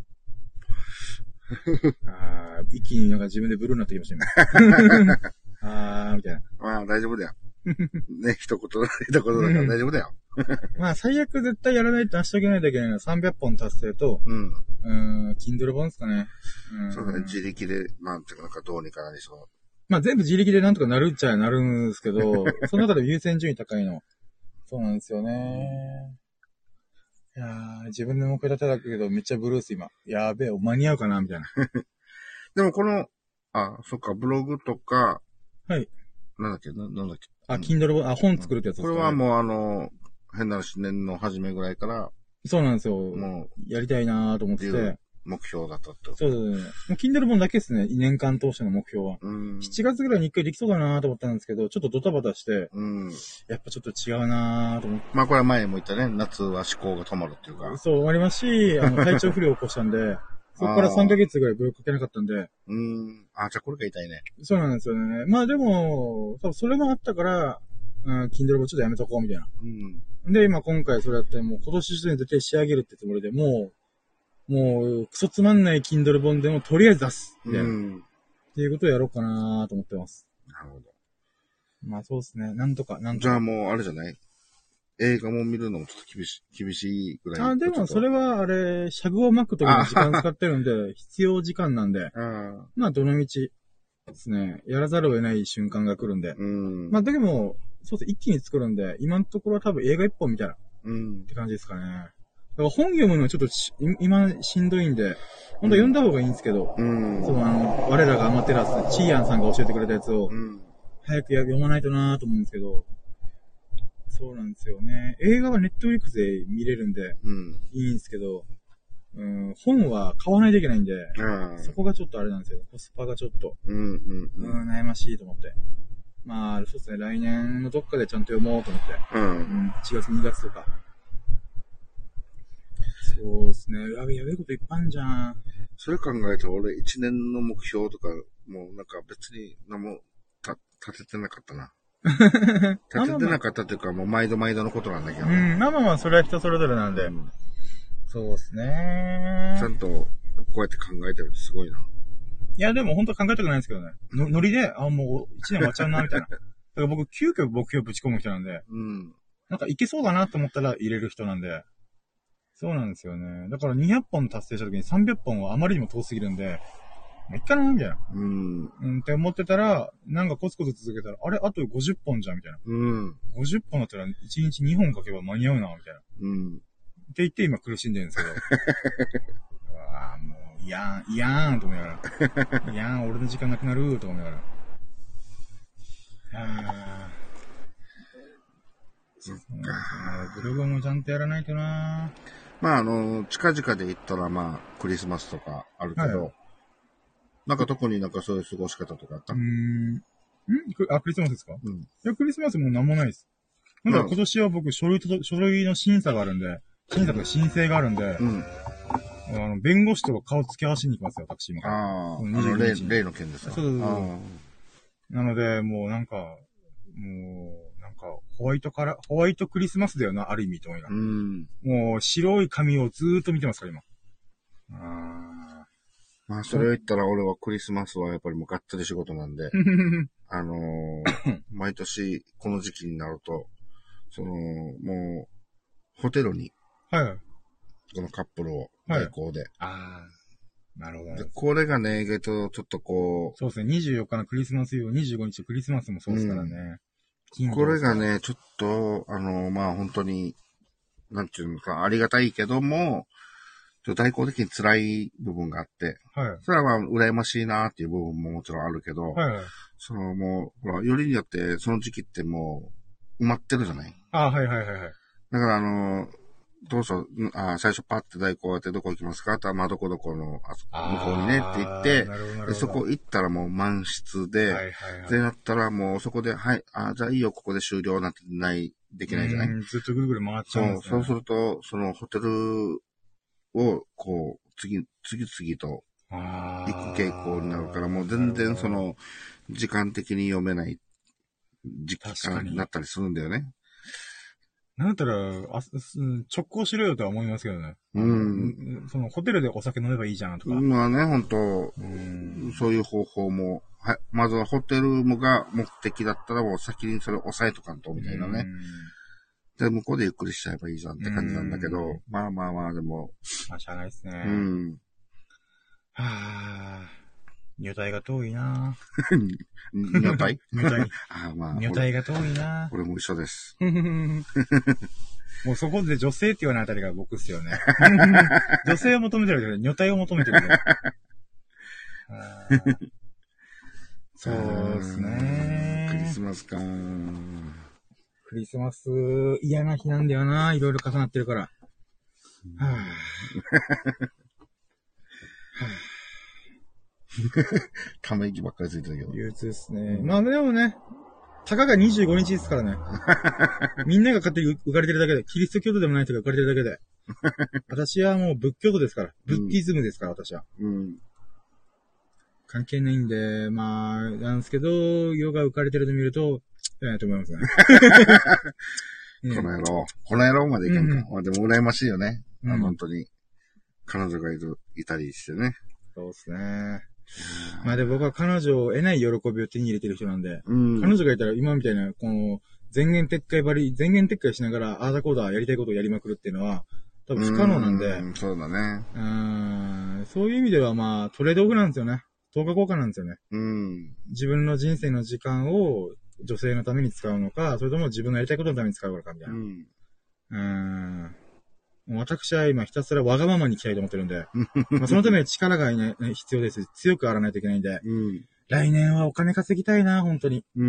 あー、一気になんか自分でブルーになってきました、今。あー、みたいな。 まあ、大丈夫だよ。ね、一言、一言だから大丈夫だよ。 まあ、最悪絶対やらないと成し遂げないといけないのはさんびゃっぽん達成と、うん。うーん、Kindle 本ですかね。 うん、そうだね、自力で、なんていうか、なんかどうにかなりそう。 まあ、全部自力でなんとかなるっちゃなるんですけど、その中で優先順位高いの。そうなんですよね。いやー、自分で目標立てたけど、めっちゃブルース今。やべえ、間に合うかなみたいな。 でもこの、あ、そっか、ブログとか、 はい。 なんだっけ、ななんだっけ。 あ、Kindle あ、本作るってやつですか、 ね、これはもうあの、変な話、年の初めぐらいから、 そうなんですよ。もう、やりたいなーと思ってて。 目標だったって。 そうそうそう。もう Kindle 本だけですね。年間通しての目標は。うんしちがつぐらいに一回できそうだなーと思ったんですけど、ちょっとドタバタして、うん、やっぱちょっと違うなーと思って。 まあこれは前も言ったね。夏は思考が止まるっていうか。 そう、ありますし、あの、体調不良を起こしたんで、そこからさんかげつぐらいブロックかけなかったんで。 うん。あ、じゃあこれが痛いね。 そうなんですよね。まあでも、多分それもあったから、うん、Kindle 本ちょっとやめとこうみたいな。うん。で、今今回それやって、もう今年中に絶対仕上げるってつもりで、もう、もう、クソつまんない Kindle 本でもとりあえず出す。みたいな。うん。っていうことをやろうかなと思ってます。 なるほど。 まあそうですね。なんとか、なんとか。 じゃあもう、あれじゃない映画も見るのもちょっと厳しい、厳しいぐらい。 あ、でもそれはあれ、尺を巻くときに時間使ってるんで、必要時間なんで、あまあどの道ですね、やらざるを得ない瞬間が来るんで。うん、まあだけど、そうですね、一気に作るんで、今のところは多分映画一本みたいな、うん、って感じですかね。だから本読むのはちょっと今しんどいんで、本当は読んだ方がいいんですけど、うん、そのあの、我らがアマテラス、チーアンさんが教えてくれたやつを、うん、早く読まないとなーと思うんですけど、そうなんですよね。映画はネットフリックスで見れるんで、うん、いいんですけど、うん、本は買わないといけないんで、うん、そこがちょっとあれなんですよ。コスパがちょっと、うんうんうん、悩ましいと思って。まあ、そうですね、来年のどっかでちゃんと読もうと思って。うん。うん、いちがつ、にがつとか。そうですね。やべ、やべえこといっぱいあるじゃん。 それ考えたら俺いちねんの目標とか、もうなんか別に何もた立ててなかったな。立ててなかったというか、もう毎度毎度のことなんだけど、 ね。うん、まあまあまあ、それは人それぞれなんで。うん、そうですね。 ちゃんと、こうやって考えてるってすごいな。 いや、でも本当は考えたくないんですけどね。の、ノリで、あ、もういちねん終わっちゃうな、みたいな。だから僕、急遽目標ぶち込む人なんで。うん。なんかいけそうだなと思ったら入れる人なんで。そうなんですよね。だからにひゃっぽん達成した時にさんびゃっぽんはあまりにも遠すぎるんで、 いっかなみたいな。うん。うんって思ってたら、なんかコツコツ続けたら、あれあとごじゅっぽんじゃんみたいな。うん。ごじゅっぽんだったらいちにちにほん書けば間に合うな、みたいな。うん。って言って今苦しんでるんですけど。うわぁ、もう、いやん、いやーんと思いながら。いやーん、俺の時間なくなると思いながら。あー。そっか。ブログもちゃんとやらないとなぁ。まあ、あの、近々で言ったら、まあ、クリスマスとかあるけど、はい、なんか特になんかそういう過ごし方とかあった？うーん。 んあ、クリスマスですか？うん。いや、クリスマスもなんもないです。なんか今年は僕、書類と、書類の審査があるんで、審査とか申請があるんで、うん。あの、弁護士とか顔付け合わしに行きますよ、私今から。ああ、 にじゅうににち例の件ですか？そうそうそう。 なので、もうなんか、もう、なんか、ホワイトから、ホワイトクリスマスだよな、ある意味と思いながら。うん。もう、白い紙をずーっと見てますから、今。 あまあ、それを言ったら俺はクリスマスはやっぱりもうがっつり仕事なんで、あのー、毎年この時期になると、その、もう、ホテルに、はい。このカップルを代行で。はい、ああ。なるほど、ね。で、これがね、意外とちょっとこう。そうですね。にじゅうよっかのクリスマスイブ、にじゅうごにちクリスマスもそうですからね。 うん、これがね、ちょっと、あのー、まあ本当に、なんていうのか、ありがたいけども、代行的に辛い部分があって、はい。それはまあ、羨ましいなっていう部分ももちろんあるけど、はい、はい。そのもう、ほら、よりによってその時期ってもう、埋まってるじゃない？ ああ、はいはいはいはい。 だからあの、どうぞ、あ最初パッて代行やってどこ行きますかって、まあどこどこのあ向こうにねって言って、でそこ行ったらもう満室で、はいはいはい。でなったらもうそこで、はい、あじゃあいいよ、ここで終了なんてない、できないじゃない？ ずっとぐるぐる回っちゃうんですね。そう、そうすると、そのホテル、を、こう、次、次々と行く傾向になるから、もう全然その、時間的に読めない時期になったりするんだよね。 なんだったら、あ直行しろよとは思いますけどね。うん。その、ホテルでお酒飲めばいいじゃんとか。 まあね、本当そういう方法も、はい、まずはホテルもが目的だったらもう先にそれを抑えとかんと、みたいなね。で、向こうでゆっくりしちゃえばいいじゃんって感じなんだけど、まあまあまあ、でも。 まあ、しゃあないっすね。うん。はぁ、女体が遠いなぁ。女体女体。あまあ。女体が遠いなぁ。 俺も一緒です。 もうそこで女性って言わないあたりが僕っすよね。女性を求めてるけど、女体を求めてるけど。そうですね。 クリスマスかクリスマス嫌な日なんだよな。いろいろ重なってるから。はぁはぁため息ばっかりついてるけど。 憂鬱ですね。うん、まあでもね、たかがにじゅうごにちですからね。みんなが勝手に浮かれてるだけで、キリスト教徒でもない人が浮かれてるだけで。私はもう仏教徒ですから。ブッディズムですから、私は。うん。関係ないんで、まあ、なんですけど、世が浮かれてるの見ると、ええと思いますね。 この野郎。この野郎までいかんか。うん、まあでも羨ましいよね。うん、本当に。彼女がいる、いたりしてね。 そうですね。まあで僕は彼女を得ない喜びを手に入れてる人なんで、うん、彼女がいたら今みたいな、この、前言撤回ばり、前言撤回しながら、ああだこうだやりたいことをやりまくるっていうのは、多分不可能なんで。 うん、そうだね。 うん。そういう意味ではまあ、トレードオフなんですよね。等価交換なんですよね。うん。自分の人生の時間を女性のために使うのか、それとも自分のやりたいことのために使うのかみたいな。うん。うん私は今ひたすらわがままに行きたいと思ってるんで、まあそのために力が、ね、必要です。強くあらないといけないんで、うん、来年はお金稼ぎたいな、本当に。うん。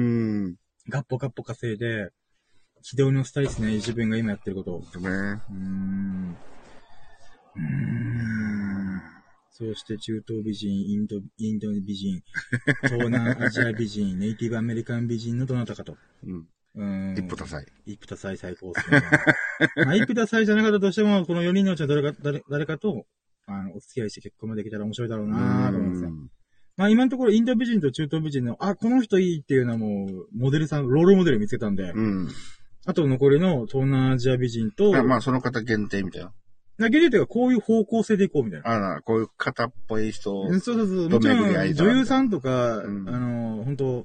ガッポガッポ稼いで、軌道に乗せたいですね、自分が今やってることを。ね。うーん。うーん。そして中東美人、インド、インド美人、東南アジア美人、ネイティブアメリカン美人のどなたかと。うんうん。一夫多妻。 一夫多妻最高ですね。まあ、一夫多妻じゃなかったとしても、このよにんのうちは誰か、誰、誰かと、あの、お付き合いして結婚もできたら面白いだろうなぁと思いますね。まあ今のところインド美人と中東美人の、あ、この人いいっていうのはもう、モデルさん、ロールモデル見つけたんで、うん。あと残りの東南アジア美人と、 あまあその方限定みたいな。 限定というかこういう方向性でいこうみたいな。 ああ、こういう方っぽい人を。 そうそうそう。もちろん女優さんとか、うん、あの、本当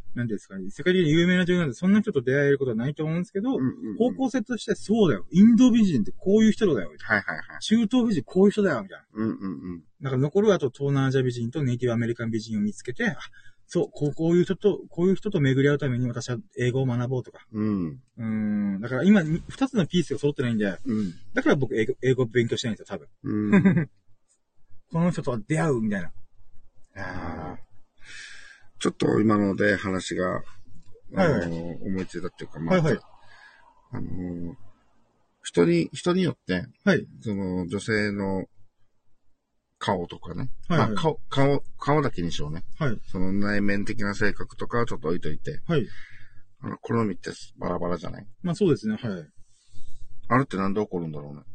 なんですかね、世界的に有名な女優なんで、そんな人と出会えることはないと思うんですけど、うんうんうん、方向性としてそうだよ。インド美人ってこういう人だよ。 はいはいはい。 中東美人こういう人だよ、みたいな。 うんうんうん。 だから残るあと東南アジア美人とネイティブアメリカン美人を見つけて、あ、そう、こう、こういう人と、こういう人と巡り合うために私は英語を学ぼうとか。うん。うん。だから今、二つのピースが揃ってないんで、うん。だから僕英語、英語勉強してないんですよ、多分。うん。この人と出会う、みたいな。ああ。ちょっと今ので話が、あの、はいはい、思いついたっていうか、まあ、はいはい、あの、人に、人によって、はい。その、女性の顔とかね。はいはい、まあ、顔、顔、顔だけにしようね。はい。その内面的な性格とかはちょっと置いといて。はい。あの、好みってバラバラじゃない？ まあそうですね、はい。 あれってなんで起こるんだろうね。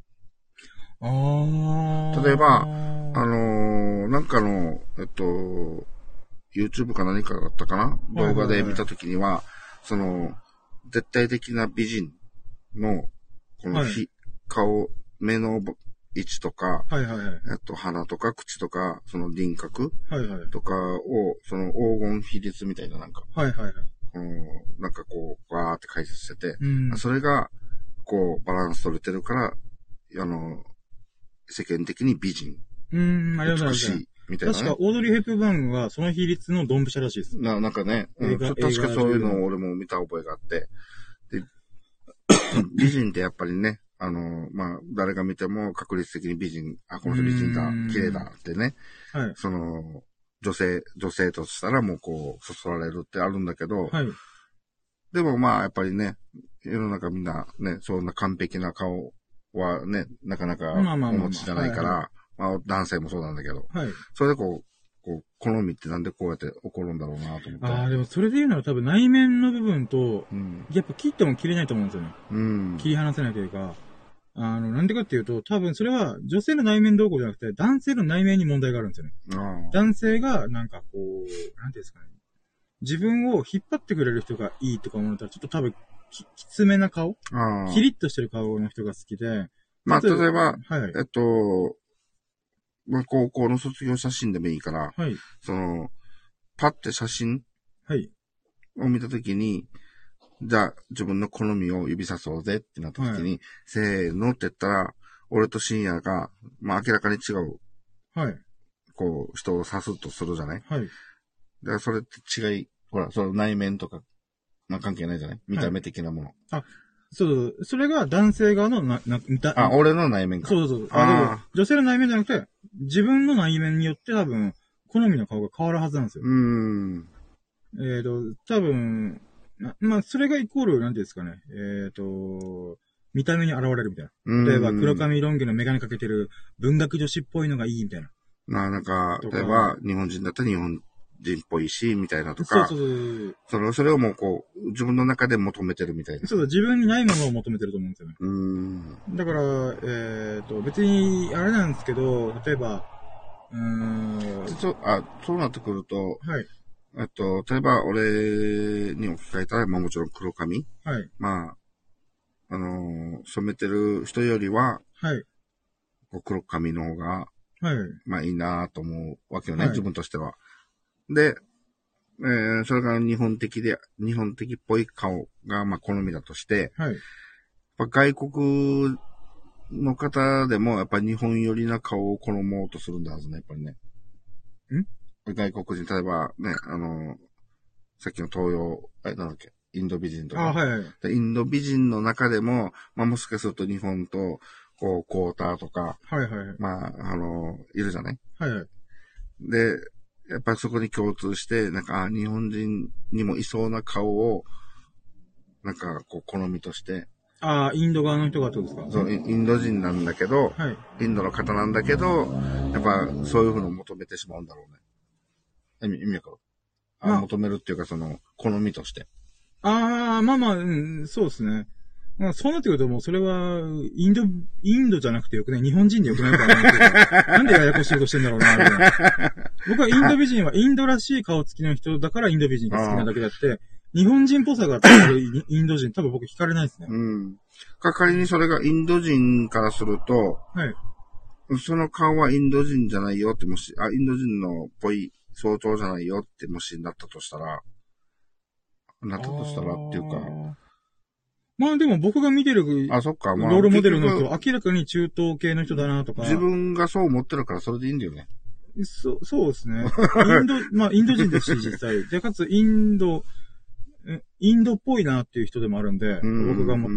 ああ。例えば、あのー、なんかの、えっと、YouTube か何かだったかな、動画で見たときには、その、絶対的な美人の、この、はい、顔、目の位置とか、はいはいはい、えっと、鼻とか口とか、その輪郭とかを、その黄金比率みたいななんか、はいはいはい、このなんかこう、わーって解説してて、うん、それが、こう、バランス取れてるから、あの、世間的に美人。 うん、ありがとうございます。みたいな、ね。確か、オードリー・ヘップバーンはその比率のドンピシャらしいです。 な、なんかね、うん、確かそういうのを俺も見た覚えがあって。で、美人ってやっぱりね、あの、まあ、誰が見ても確率的に美人、あ、この人美人だ、綺麗だってね。はい。その、女性、女性としたらもうこう、そそられるってあるんだけど、はい。でもまあ、やっぱりね、世の中みんなね、そんな完璧な顔はね、なかなかお持ちじゃないから、まあ、男性もそうなんだけど、はい。それでこう、こう、好みってなんでこうやって起こるんだろうなと思って。 ああ、でもそれで言うなら多分内面の部分と、うん、やっぱ切っても切れないと思うんですよね。うん。切り離せないというか、あの、なんでかっていうと、多分それは女性の内面どうこうじゃなくて、男性の内面に問題があるんですよね。あ男性が、なんかこう、なんていうんですかね。自分を引っ張ってくれる人がいいとか思ったら、ちょっと多分き、きつめな顔キリッとしてる顔の人が好きで。 まあ、例えば、はいはい、えっと、まあ、高校の卒業写真でもいいから、はい、その、パッて写真を見たときに、じゃあ自分の好みを指さそうぜってなったときに、はい、せーのって言ったら、俺と深夜が、まあ明らかに違う、はい、こう、人を指すとするじゃない？はい。だからそれって違い、ほら、その内面とか、まあ関係ないじゃない？見た目的なもの。はい、あ、 そうそう。それが男性側のな、な、見た。 あ、俺の内面か。 そうそうそう。ああ。女性の内面じゃなくて、自分の内面によって多分、好みの顔が変わるはずなんですよ。うーん。えっ、ー、と、多分、まあ、それがイコール、なんていうんですかね。えっ、ー、と、見た目に現れるみたいな。例えば、黒髪ロン毛のメガネかけてる文学女子っぽいのがいいみたいな。 まあ、なんか、例えば、日本人だったら日本人っぽいし、みたいなとか。そうそうそう。それを、それをもうこう、自分の中で求めてるみたいな。 そうだ、自分にないものを求めてると思うんですよね。うーん。だから、えっ、ー、と、別に、あれなんですけど、例えば、うーん。 そう、あ、そうなってくると、はい。えっと、例えば、俺に置き換えたら、まあもちろん黒髪。はい。まあ、あのー、染めてる人よりは、はい。こう黒髪の方が、はい。まあいいなと思うわけよね、はい、自分としては。で、えー、それが日本的で、日本的っぽい顔が、まあ好みだとして、はい。やっぱ外国の方でも、やっぱり日本寄りな顔を好もうとするんだはずね、やっぱりね。ん外国人、例えばね、あの、さっきの東洋、え、なんだっけ、インド美人とか。あ、はいはい。インド美人の中でも、まあもしかすると日本と、こう、クォーターとか、はいはいはい。まあ、あの、いるじゃない？はいはい。で、やっぱりそこに共通して、なんか、あ、日本人にもいそうな顔を、なんか、こう、好みとして。 ああ、インド側の人がってことですか？ そう、インド人なんだけど、はい。インドの方なんだけど、やっぱ、そういうふうのを求めてしまうんだろうね。意味、意味わかる？あ、まあ、求めるっていうか、その、好みとして。 ああ、まあまあ、うん、そうですね。まあ、そうなってくるともう、それは、インド、インドじゃなくてよくね、日本人でよくないかな。なんでややこしいことしてんだろうな、みたいな。僕はインド美人はインドらしい顔つきの人だからインド美人が好きなだけだって、日本人っぽさがあるインド人、多分僕惹かれないですね。 うん。か、仮にそれがインド人からすると、はい。その顔はインド人じゃないよってもし、あ、インド人のっぽい相当じゃないよってもしなったとしたら、 なったとしたらっていうか。 まあでも僕が見てる、 あ、そっか、まあ。 ロールモデルの人、明らかに中東系の人だなとか。 自分がそう思ってるからそれでいいんだよね。 そ、そうですね。インド、まあインド人ですし、実際。で、かつインド、インドっぽいなっていう人でもあるんで、うんうんうん、僕がも、うん、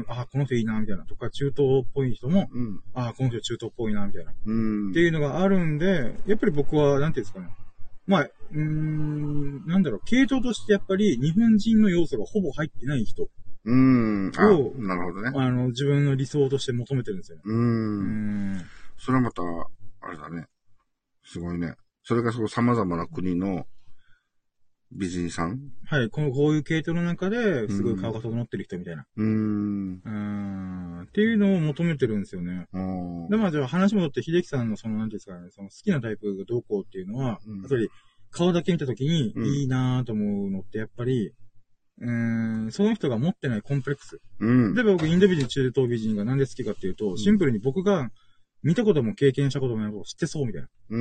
あ、この人いいな、みたいな。とか、中東っぽい人も、うん、あ、この人中東っぽいな、みたいな、うん。っていうのがあるんで、やっぱり僕は、なんていうんですかね。まあ、うーん、なんだろう、系統としてやっぱり日本人の要素がほぼ入ってない人。 うーん。あ、なるほどね。 あの、自分の理想として求めてるんですよね。 うーん。うーんそれはまた、あれだね。すごいね。それがその様々な国の、美人さんはい。この、こういう系統の中で、すごい顔が整ってる人みたいな。 うーん。 うーん。っていうのを求めてるんですよね。で、まあじゃあ話戻って、秀樹さんのその、なんていうんですかね、その好きなタイプがどうこうっていうのは、うん、やっぱり、顔だけ見たときに、いいなぁと思うのって、やっぱり、うーん、その人が持ってないコンプレックス。うん。で、僕、インド美人、中東美人がなんで好きかっていうと、シンプルに僕が、見たことも経験したこともないことを知ってそうみたいな。うん。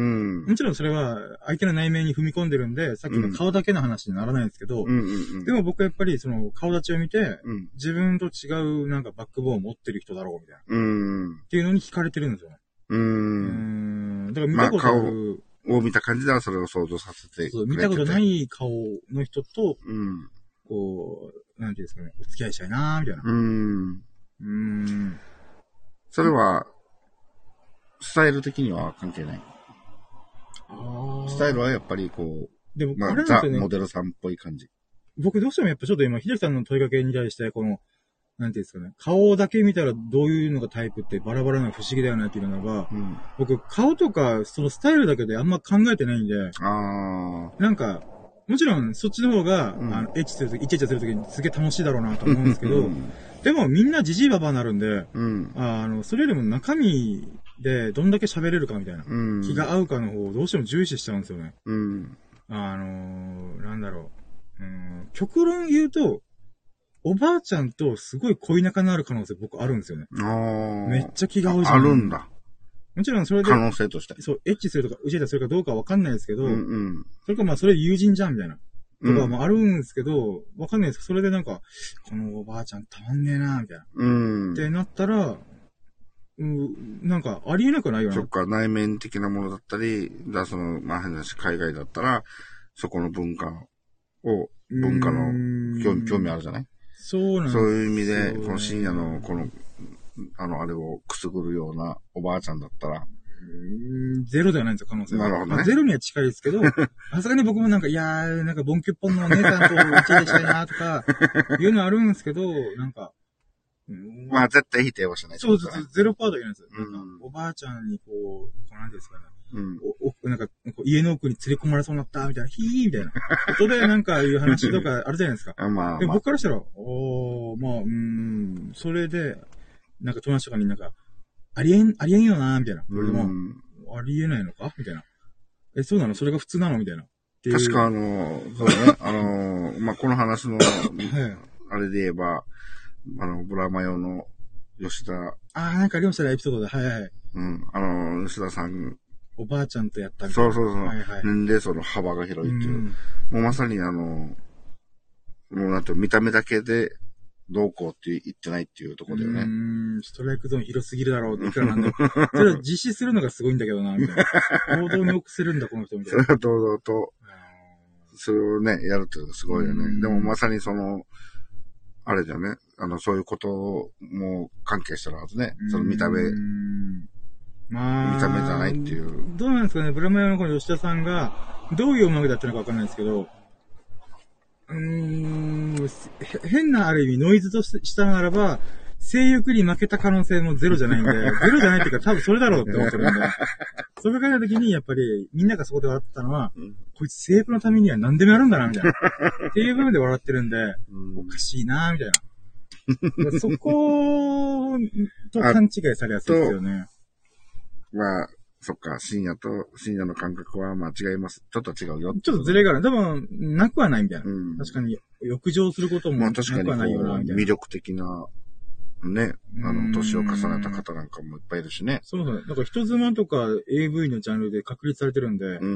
もちろんそれは相手の内面に踏み込んでるんで、さっきの顔だけの話にならないんですけど、うんうんうんうん、でも僕はやっぱりその顔立ちを見て、うん、自分と違うなんかバックボーンを持ってる人だろうみたいな。うん。っていうのに惹かれてるんですよね。うん。うーん。だから見たことある、 まあ、顔を見た感じではそれを想像させてくれてて。そう、 見たことない顔の人と、うん、こう、なんていうんですかね、お付き合いしたいなーみたいな。うん。うーん。それは、スタイル的には関係ない。スタイルはやっぱりこう、でも、まあ、ね、ザ・モデルさんっぽい感じ。 僕どうしてもやっぱちょっと今、秀樹さんの問いかけに対して、この、なんていうんですかね、顔だけ見たらどういうのがタイプってバラバラな不思議だよなっていうのが、うん、僕、顔とか、そのスタイルだけであんま考えてないんで、あなんか、もちろんそっちの方が、うん、あの、エッチするとき、イチャイチャするときにすげえ楽しいだろうなと思うんですけど、でもみんなジジイババアになるんで、うん、あの、それよりも中身でどんだけ喋れるかみたいな、うん、気が合うかの方をどうしても重視しちゃうんですよね。うん、あのー、なんだろう、うん。極論言うと、おばあちゃんとすごい恋仲のある可能性僕あるんですよね。めっちゃ気が合うじゃん。 あるんだ。 もちろんそれで、 可能性として。 そう、エッチするとか、うちたするかどうかわかんないですけど、うんうん、それかまあそれ友人じゃんみたいな。とかもあるんですけど、わかんないですけど、それでなんか、このおばあちゃんたまんねえなみたいな。うん。ってなったら、うん、なんか、ありえなくないよね。 そっか、内面的なものだったり、だその、まあ、変な話、海外だったら、そこの文化を、文化の興味、興味あるじゃない？ そうなんです。 そういう意味で、この深夜の、この、あの、あれをくすぐるようなおばあちゃんだったら、 ゼロではないんですよ、可能性は。 なるほどね。 まあ、ゼロには近いですけど、さすがに僕もなんか、いやー、なんか、ボンキュッポンのお姉さんと一致でしたいなとか、いうのあるんですけど、なんか、 まあ、絶対否定はしない、ね。 そうそうそう、ゼロパーだけなんですよ。うん、なんか、おばあちゃんにこう、こうなんですかね。うん、おおなんか、家の奥に連れ込まれそうになった、みたいな、ヒーみたいな。ことでなんかいう話とかあるじゃないですか。まあ、まあ、で僕からしたら、おー、まあ、うーん、それで、なんか友達とかになんか、ありえん、ありえんよな、みたいな。俺でも、ありえないのかみたいな。え、そうなのそれが普通なのみたいな。 確かあの、そうだね。あの、まあ、この話の、はい、あれで言えば、あの、ブラマヨの吉田。ああ、なんかありましたね、エピソードで。はいはい。 うん。あの、吉田さん。 おばあちゃんとやったみたいな。 そうそうそう。はいはい。年齢層の幅が広いっていう。うん、もうまさにあの、もうなんて見た目だけで、どうこうって言ってないっていうところだよね。うーん、ストライクゾーン広すぎるだろうっていくらなんで。それを実施するのがすごいんだけどな、みたいな。行動に起こせるんだ、この人みたいな。 それは堂々と、それをね、やるっていうのがすごいよね。でもまさにその、あれだよね。あの、そういうことも関係してるはずね。その見た目。まあ、見た目じゃないっていう。 どうなんですかね、ブラマヨのこの吉田さんが、どういう思いだったのかわかんないですけど、うーん、変なある意味ノイズとしたならば、性欲に負けた可能性もゼロじゃないんで、ゼロじゃないっていうか多分それだろうって思ってるんで、それからの時にやっぱりみんながそこで笑ってたのは、うん、こいつ性欲のためには何でもやるんだな、みたいな。っていう部分で笑ってるんで、うん、おかしいな、みたいな。そこと勘違いされやすいですよね。 まあ、そっか、深夜と、深夜の感覚はまあ違います。ちょっと違うよ。 ちょっとズレがある。でも、なくはないみたいな。うん、確かに、浴場することもなくはないよな、みたいな。 魅力的な、ね、あの、年を重ねた方なんかもいっぱいいるしね。 そうそう。なんか人妻とか エーブイ のジャンルで確立されてるんで、うん、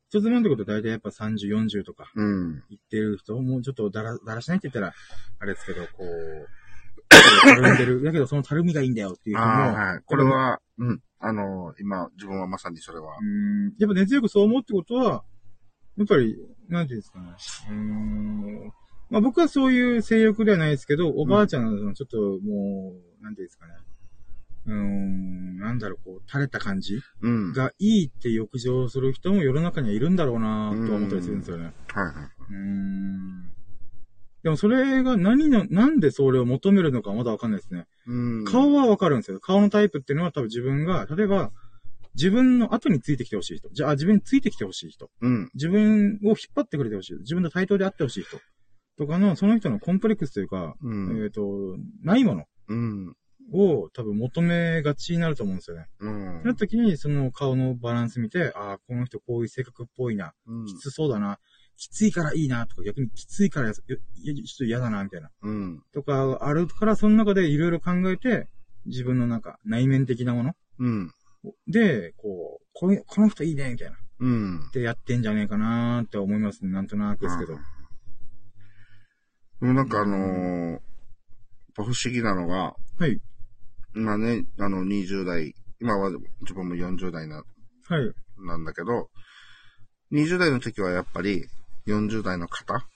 人妻ってことは大体やっぱさんじゅう、よんじゅうとか、うん。言ってる人もうちょっとだら、だらしないって言ったら、あれですけど、こう、たるんでる。だけどそのたるみがいいんだよっていう人も。 はい。これは、うん。あの、今、自分はまさにそれは。 うん。やっぱ熱強くそう思うってことは、やっぱり、なんていうんですかね。うーん。まあ僕はそういう性欲ではないですけど、おばあちゃんのちょっともう、なんていうんですかね。うーん、なんだろう、こう、垂れた感じ、うん、がいいって欲情する人も世の中にはいるんだろうなと思ったりするんですよね。はいはい。うーん。でもそれが何の、なんでそれを求めるのかまだわかんないですね。うん。顔はわかるんですよ。顔のタイプっていうのは多分自分が、例えば、自分の後についてきてほしい人。じゃあ自分についてきてほしい人。うん。自分を引っ張ってくれてほしい。自分の対等であってほしい人。とかの、その人のコンプレックスというか、うん、えっ、ー、と、ないもの。うん。を多分求めがちになると思うんですよね。うん。その時にその顔のバランス見て、ああ、この人こういう性格っぽいな。うん、きつそうだな。きついからいいなとか、逆にきついからちょっと嫌だな、みたいな。うん。とか、あるから、その中でいろいろ考えて、自分のなんか内面的なもの。うん。で、こう、こうこの人いいね、みたいな。うん。ってやってんじゃねえかなーって思いますね。なんとなくですけど。 でもなんかあのー、不思議なのが、はい。今ね、あの、にじゅう代、今は自分もよんじゅう代な、はい。なんだけど、にじゅう代の時はやっぱりよんじゅう代の方はい。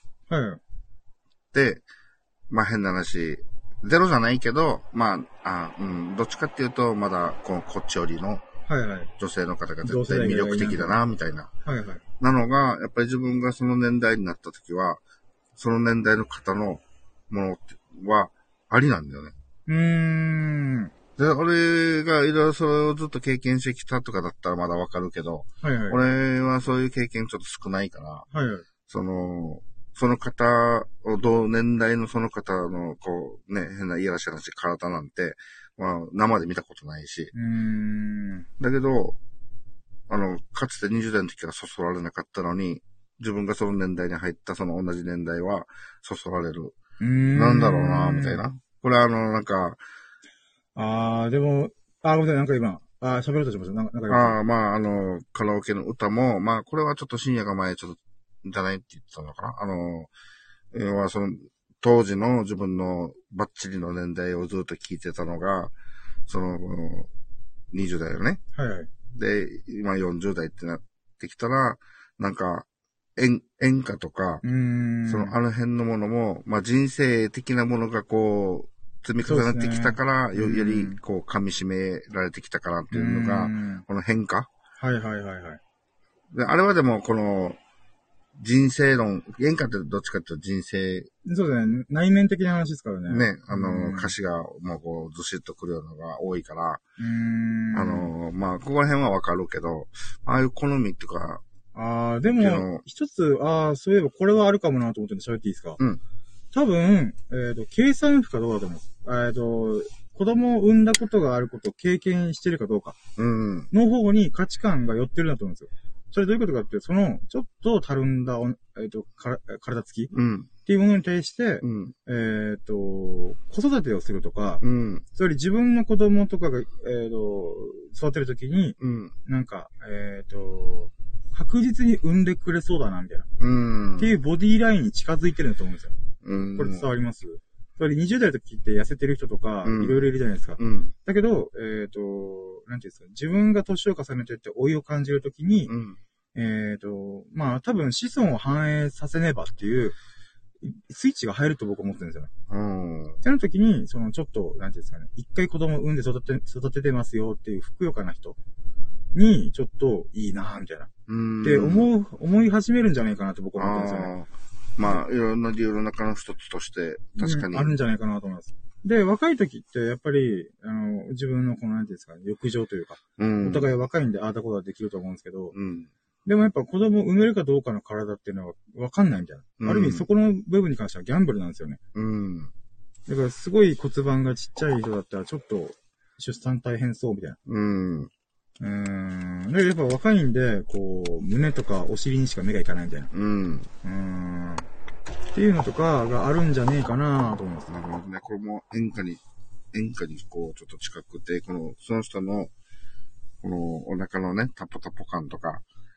で、まあ変な話、ゼロじゃないけど、まあ、あうん、どっちかっていうと、まだここっちよりの、はいはい。女性の方が絶対魅力的だな、みたいな。はいはい。なのが、やっぱり自分がその年代になった時は、その年代の方のものはありなんだよね。うーん。で、俺がいろいろそれをずっと経験してきたとかだったらまだわかるけど、はいはい。俺はそういう経験ちょっと少ないから、はいはい。その、その方を、同年代のその方の、こう、ね、変ないやらしい話、体なんて、まあ、生で見たことないし。うーん。だけど、あの、かつてにじゅう代の時はそそられなかったのに、自分がその年代に入ったその同じ年代は、そそられる。うーん。なんだろうな、みたいな。これあの、なんか、 あー、でも、あー、ごめんなさい、なんか今、あー、喋ろうとしました。なんか、なんかあー、まあ、あの、カラオケの歌も、まあ、これはちょっと深夜が前、ちょっと、じゃないって言ってたのかな。あの、要はその、当時の自分のバッチリの年代をずっと聞いてたのが、その、にじゅう代よね。はいはい。で、今よんじゅう代ってなってきたら、なんか、演、演歌とか、そのあの辺のものも、まあ人生的なものがこう、積み重なってきたから、ね、よ, よりこう噛み締められてきたからっていうのが、この変化。 はいはいはいはい。 で、あれはでもこの、人生論、演歌ってどっちかっていうと人生。 そうですね。内面的な話ですからね。 ね、あの、歌詞がもうこう、ずしっとくるようなのが多いから、うーんあの、まあ、ここら辺はわかるけど、ああいう好みっていうか、 ああ、でも、一つ、ああ、そういえばこれはあるかもなと思って喋っていいですか？うん。多分、えっ、ー、と、計算不かどうだと思う。えっ、ー、と、子供を産んだことがあることを経験してるかどうか。うん。の方に価値観が寄ってるなと思うんですよ。それどういうことかって、その、ちょっとたるんだ、えっ、ー、と、から、体つき、うん、っていうものに対して、うん、えっ、と、子育てをするとか、うん、それ自分の子供とかが、えっ、と、育てるときに、うん、なんか、えっ、と、確実に産んでくれそうだな、みたいな。うん、っていうボディラインに近づいてるんだと思うんですよ。うん、これ伝わります？それにじゅう代の時って痩せてる人とか、いろいろいるじゃないですか。うん、だけど、えっ、と、なんていうんですか、自分が年を重ねてって老いを感じるときに、うん、えっ、と、まあ多分子孫を反映させねばっていう、スイッチが入ると僕は思ってるんですよね。うん。その時に、そのちょっと、なんていうんですかね、一回子供を産んで育て、育ててますよっていうふくよかな人に、ちょっといいなぁ、みたいな。うん。って思う、思い始めるんじゃないかなと僕は思ってるんですよね。 まあ、いろんな理由の中の一つとして、確かに、 うん。あるんじゃないかなと思います。で、若い時って、やっぱり、あの、自分のこの、なんていうんですかね、欲情というか、うん、お互い若いんでああだことができると思うんですけど、うん。でもやっぱ子供を産めるかどうかの体っていうのは分かんないみたいな。うん、ある意味そこの部分に関してはギャンブルなんですよね。うん。だからすごい骨盤がちっちゃい人だったらちょっと出産大変そうみたいな。うん。うーん。で、やっぱ若いんで、こう、胸とかお尻にしか目がいかないみたいな。うん。うーん。っていうのとかがあるんじゃねえかなと思います。 なるほどね。これも演歌に、演歌にこうちょっと近くて、この、その人の、このお腹のね、タポタポ感とか、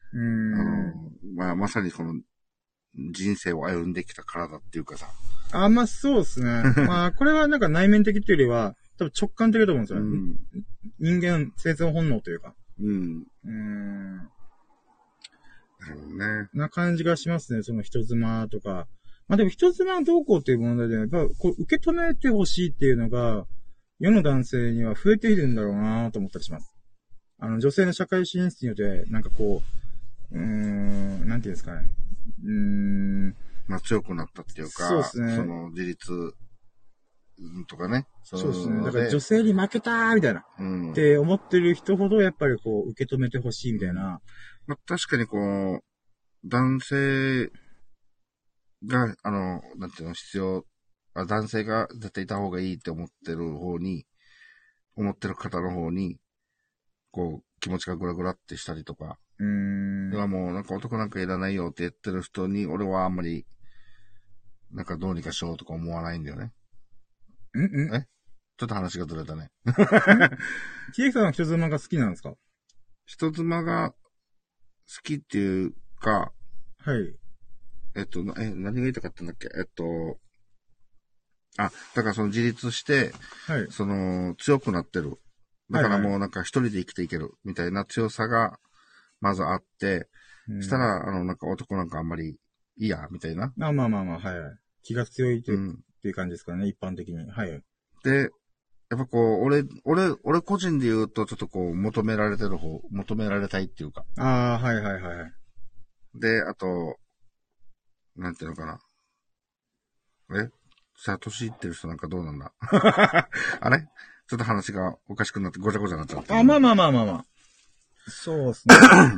うん。あの、まあ、まさにこの、人生を歩んできた体っていうかさ。 あ、まあ、そうですね。まあ、これはなんか内面的っていうよりは、多分直感的だと思うんですよね。うん、人間生存本能というか。うん。うーん。なるほどね。な感じがしますね。その人妻とか。まあでも人妻どうこうっていう問題で、やっぱこう受け止めてほしいっていうのが、世の男性には増えているんだろうなと思ったりします。あの、女性の社会進出によって、なんかこう、うーん、なんていうんですかね。うーん。 まあ強くなったっていうか、そうですね。その自立とかね。 そうですね。だから女性に負けたーみたいな。うん。って思ってる人ほどやっぱりこう受け止めてほしいみたいな。 まあ確かにこう、男性が、あの、なんていうの、必要、あ男性が絶対いた方がいいって思ってる方に、思ってる方の方に、こう、気持ちがグラグラってしたりとか。うーん。ではもうなんか男なんかいらないよって言ってる人に、俺はあんまり、なんかどうにかしようとか思わないんだよね。んんえちょっと話がずれたね。 キエさんは人妻が好きなんですか？ 人妻が好きっていうか、はい。えっと、え、何が言いたかったんだっけえっと、あ、だからその自立して、はい。その、強くなってる。だからもうなんか一人で生きていけるみたいな強さが、まずあって、うん、したら、あの、なんか男なんかあんまりいいや、みたいな。 あまあまあまあ、はい。気が強いという、うん、っていう感じですかね、一般的に。はい。 で、やっぱこう、俺、俺、俺個人で言うと、ちょっとこう、求められてる方、求められたいっていうか。 ああ、はいはいはい。 で、あと、なんていうのかな。えさあ、年いってる人なんかどうなんだあれちょっと話がおかしくなってごちゃごちゃになっちゃった。 あ、まあまあまあまあまあ。そうですね。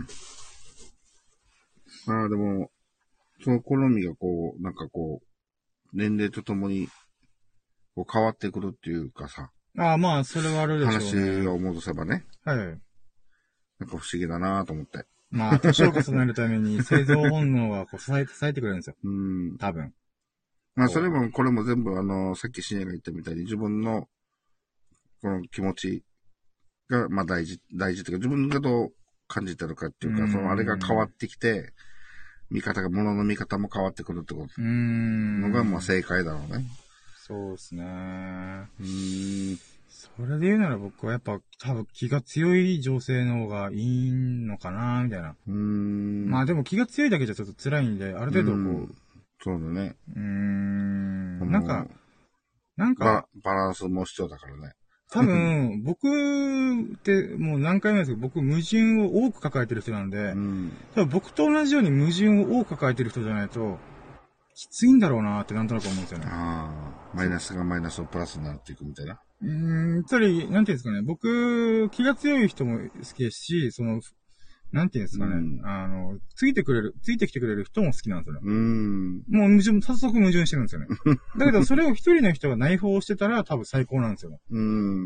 まあでも、その好みがこう、なんかこう、年齢とともに、こう変わってくるっていうかさ。 ああ、まあ、それはあるでしょうね。 話を戻せばね。はい。なんか不思議だなと思って。 まあ、年を重ねるために生存本能がこう支え、支えてくれるんですよ。うん。多分。 まあ、それも、これも全部、あの、さっきシネが言ったみたいに自分の、この気持ちが、まあ大事、大事というか、自分がどう感じてるかっていうか、うそのあれが変わってきて、見方が、物の見方も変わってくるってことのが、まあ正解だろうね。 そうですね。うん。それで言うなら僕はやっぱ多分気が強い女性の方がいいのかな、みたいな。うん。まあでも気が強いだけじゃちょっと辛いんで、ある程度こう。うそうだね。 うーん。なんか、なんかバ、バランスも必要だからね。 多分、僕ってもう何回も言いますけど、僕矛盾を多く抱えてる人なんで、うん、多分僕と同じように矛盾を多く抱えてる人じゃないと、きついんだろうなってなんとなく思うんですよね。ああ、マイナスがマイナスをプラスになっていくみたいな。 うーん、つまり、なんていうんですかね、僕、気が強い人も好きですし、その、なんていうんですかね、うん、あの、ついてくれる、ついてきてくれる人も好きなんですよね。うん。もう矛盾、早速矛盾してるんですよね。だけど、それを一人の人が内包してたら多分最高なんですよね。うん。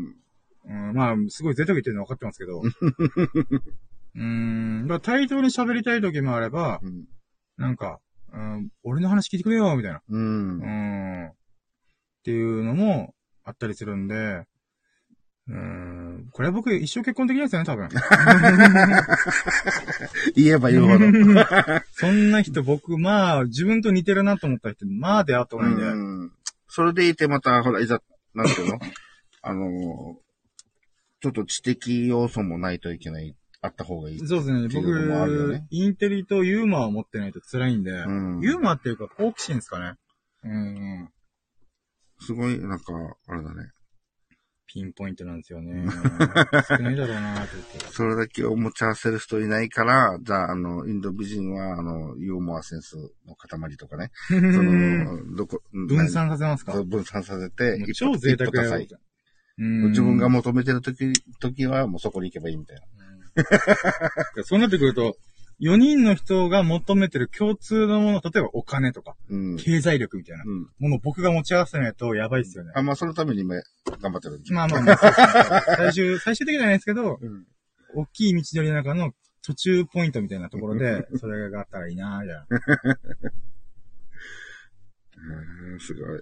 うん、まあ、すごい贅沢言ってるの分かってますけど。うーん、だから対等に喋りたい時もあれば、うん、なんか、うん、俺の話聞いてくれよ、みたいな。うん。うん。っていうのもあったりするんで、うーん。これは僕一生結婚できないですよね、多分。 言えば言うほど。 そんな人僕、まあ、自分と似てるなと思った人、まあ出会ったことないんで。うん。 それでいてまた、ほら、いざ、なんていうのあの、ちょっと知的要素もないといけない、あった方がいい。 そうですね。僕、ね、インテリとユーモアを持ってないと辛いんで、うん、ユーモアっていうか好奇心ですかね。うん。 すごい、なんか、あれだね。 ピンポイントなんですよね。少ないだろうなと思って。 それだけを持ち合わせる人いないから、じゃあ、あの、インド美人は、あの、ユーモアセンスの塊とかね。その、どこ、 分散させますか？ 分散させて、 超贅沢だよ。 自分が求めてるとき、時はもうそこに行けばいいみたいな。そうなってくると、よにんの人が求めてる共通のもの、例えばお金とか、うん、経済力みたいなものを僕が持ち合わせないとやばいっすよね。 あ、まあそのために今頑張ってるんです。 まあまあまあ、そうですね。最終、最終的じゃないですけど、うん、大きい道のりの中の途中ポイントみたいなところで、それがあったらいいなぁ、じゃあ。 うん、すごい。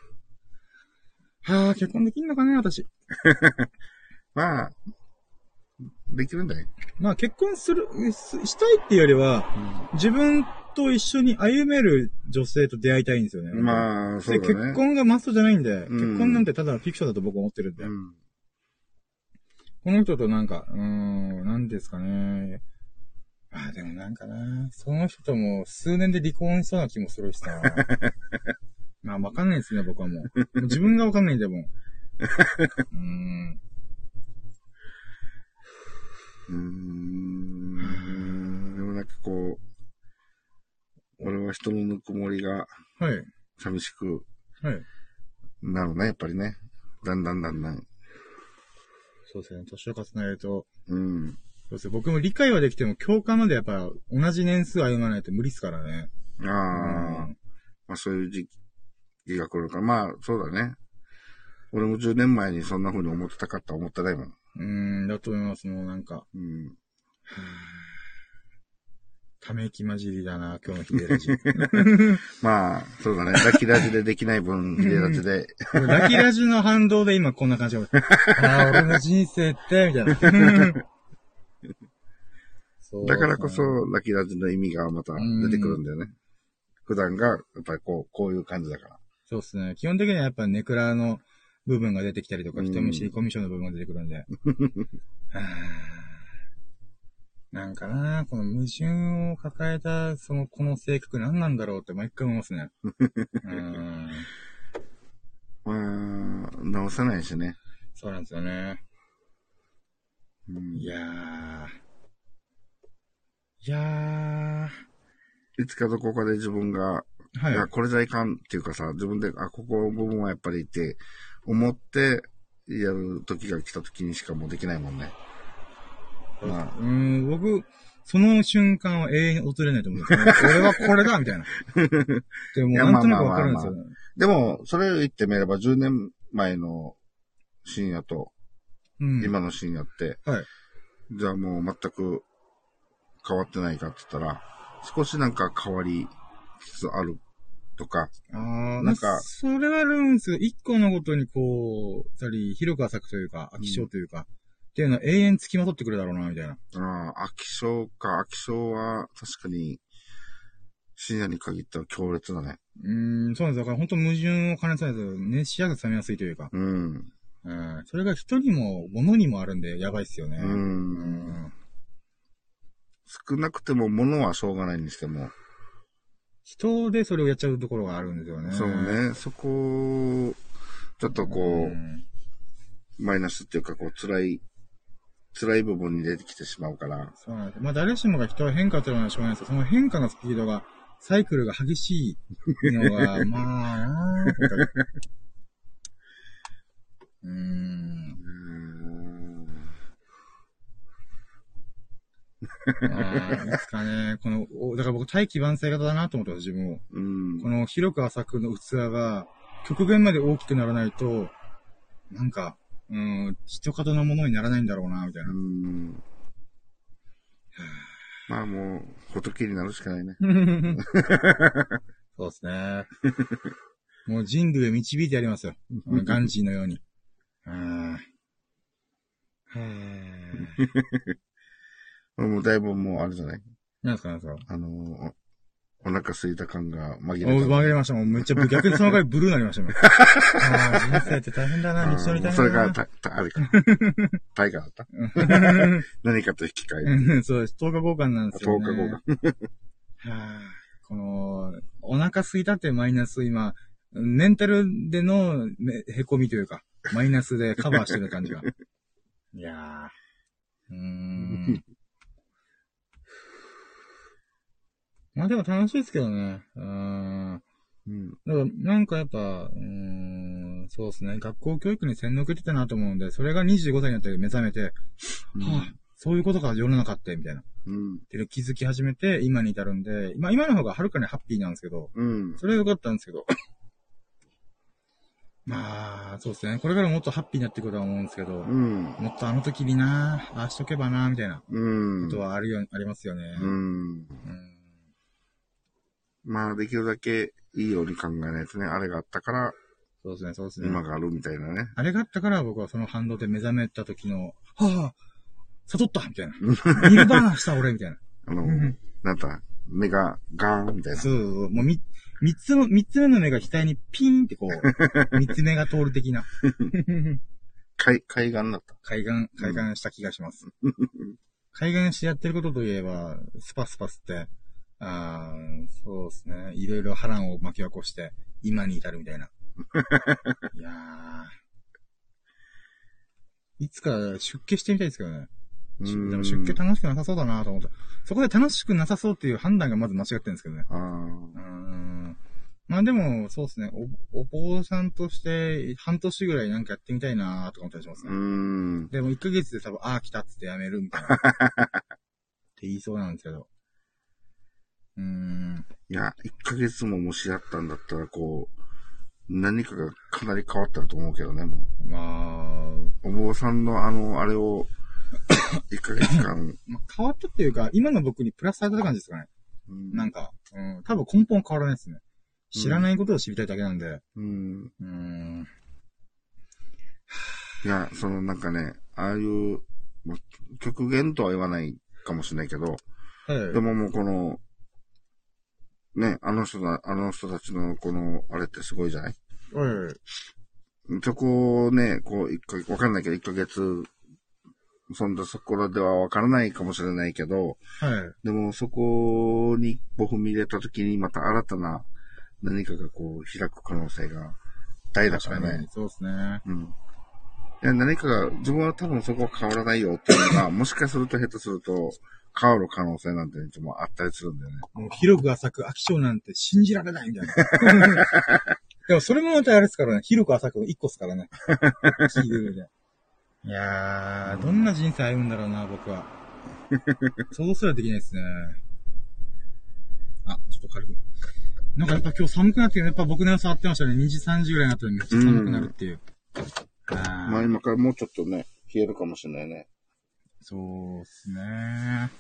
はぁ、結婚できんのかね、私。 まあ、 できるんだよ。 まあ結婚する、したいっていうよりは、うん、自分と一緒に歩める女性と出会いたいんですよね。 まあ、そうだね。 で、結婚がマストじゃないんで、うん、結婚なんてただのフィクションだと僕は思ってるんで。うん、この人となんか、うーん、なんですかね。ああ、でもなんかな、その人とも数年で離婚しそうな気もするしさ。まあわかんないですね、僕はもう。もう自分がわかんないんだよ、もう。うーん。 うーん。でもなんかこう、俺は人のぬくもりが、はい。寂しく、はい。なるね、やっぱりね。だんだんだんだん。 そうですね、年を重ねると。うん。そうですね、僕も理解はできても、共感までやっぱ同じ年数歩まないと無理っすからね。ああ、 うん。まあそういう時期が来るから、まあそうだね。俺もじゅうねんまえにそんな風に思ってたかった思ってないもん。 うーん、だと思います、もうなんか。うん。ため息混じりだな、今日のヒデラジ。 まあ、そうだね。ラキラジでできない分、ヒデラジで。 ラキラジの反動で今こんな感じ。ああ、俺の人生って、みたいな。 だからこそ、ラキラジの意味がまた出てくるんだよね。普段が、やっぱりこう、こういう感じだから。 そうですね。基本的にはやっぱネクラの部分が出てきたりとか、人見知りコミュ障の部分が出てくるんで。なんかな、この矛盾を抱えた、その、この性格何なんだろうって毎回思いますね。うーん。 まあ、直せないしね。 そうなんですよね。うん、いやー。いやー。いつかどこかで自分が、はい、いや、これじゃいかんっていうかさ、自分で、あ、ここ部分はやっぱりって思ってやる時が来た時にしかもうできないもんね。 まあ、うん、僕、その瞬間は永遠に訪れないと思うんですよ、ね。俺はこれだみたいな。でも、なんとなくわかるんですよね。 でも、それを言ってみれば、じゅうねんまえの深夜と、うん、今の深夜って、はい、じゃあもう全く変わってないかって言ったら、少しなんか変わりつつあるとか、 ああ、なんか、それはあるんですよ。一個のことにこう、たり、広く浅くというか、飽き性というか、うん、っていうのは永遠付きまとってくるだろうな、みたいな。 ああ、飽き性か。飽き性は確かに、深夜に限っては強烈だね。 うーん、そうなんです。だから本当矛盾を兼ねされて、熱しやすく冷めやすいというか。うん。うん。それが人にも、物にもあるんで、やばいっすよね。うん。うん少なくても物はしょうがないにしても。 人でそれをやっちゃうところがあるんですよね。 そうね。そこ、ちょっとこう、マイナスっていうか、こう、辛い、辛い部分に出てきてしまうから。 そうなんです。まあ誰しもが人は変化というのはしょうがないですけど、その変化のスピードが、サイクルが激しいのが、まあなぁ。うーん。ああ、ですかね。この、だから僕、大器晩成型だなと思ってます、自分を。うん、この広く浅くの器が、極限まで大きくならないと、なんか、うん、一方のものにならないんだろうな、みたいな。うんまあもう、仏になるしかないね。 そうですね。もう人類を導いてやりますよ。ガンジーのように。あもうだいぶもうあれじゃないなんですかなんですかあのー、お腹空いた感が紛れた。紛れました。もうめっちゃ、逆にその回ブルーになりましたもん。ああ、人生って大変だな、日常に大変だな。 それが、た、た、あれか。タイガーだった何かと引き換え。そうです。とおか交換なんですよ、ね。 とおか交換。 はあ、この、お腹空いたってマイナス今、メンタルでのへこみというか、マイナスでカバーしてる感じが。いやー。うーん。まあでも楽しいですけどね。うーん。うん。だからなんかやっぱ、うーん、そうですね。学校教育に洗脳受けてたなと思うんで、それがにじゅうごさいになって目覚めて、うん、はぁ、そういうことか世の中って、みたいな。うん。って気づき始めて、今に至るんで、まあ今の方がはるかにハッピーなんですけど、うん。それは良かったんですけど。まあ、そうですね。これからもっとハッピーになっていくとは思うんですけど、うん。もっとあの時にな、ああしとけばな、みたいな。うん。ことはあるよ、ありますよね。うん。うんまあ、できるだけいいように考えないとね、あれがあったから、 そうですね、そうですね。 今があるみたいなね。 あれがあったから僕はその反動で目覚めた時の、はぁ、 悟ったみたいな。ニルバーナした俺みたいな。 あの、なんだ、目がガーンみたいな。 そう、もうみ、三つの、三つ目の目が額にピーンってこう、三つ目が通る的な。 海、海岸だった。 海岸、海岸した気がします。海岸してやってることといえば、スパスパスって、あー、そうですね。いろいろ波乱を巻き起こして、今に至るみたいな。いやー。いつか出家してみたいですけどね。でも出家楽しくなさそうだなと思った。そこで楽しくなさそうっていう判断がまず間違ってるんですけどね。あーうんまあでも、そうですね。お、お坊さんとして、半年ぐらいなんかやってみたいなと思ったりしますね。うんでもいっかげつで多分、ああ、来たっつってやめるみたいな。って言いそうなんですけど。うーん。 いや、いっかげつももしやったんだったら、こう、何かがかなり変わったと思うけどね、もう。まあ。お坊さんのあの、あれを、いっかげつかん。 まあ、変わったっていうか、今の僕にプラスされた感じですかね。うん、なんか、うん、多分根本変わらないですね。知らないことを知りたいだけなんで。うん。うーんいや、そのなんかね、ああいう、極限とは言わないかもしれないけど、はい、でももうこの、ね、あの人だ、あの人たちのこの、あれってすごいじゃない？はい。そこをね、こう、一か、わかんないけど、いっかげつ、そんなそこらではわからないかもしれないけど、はい。でもそこに一歩踏み入れたときにまた新たな何かがこう開く可能性が大だからね。 そうですね。うん。 いや、何かが、自分は多分そこは変わらないよっていうのが、もしかすると下手すると、変わる可能性なんていつもあったりするんだよね。 もう広く浅く飽き性なんて信じられないみたいな。でもそれもまたあれですからね、広く浅く一個ですからね。聞いてるで。いやー、どんな人生歩むんだろうな、僕は。想像すらできないですね。あ、ちょっと軽く。なんかやっぱ今日寒くなって、やっぱ僕の様子触ってましたね。にじ、さんじぐらいになったらめっちゃ寒くなるっていう。 あまあ今からもうちょっとね、冷えるかもしれないね。 そうっすね。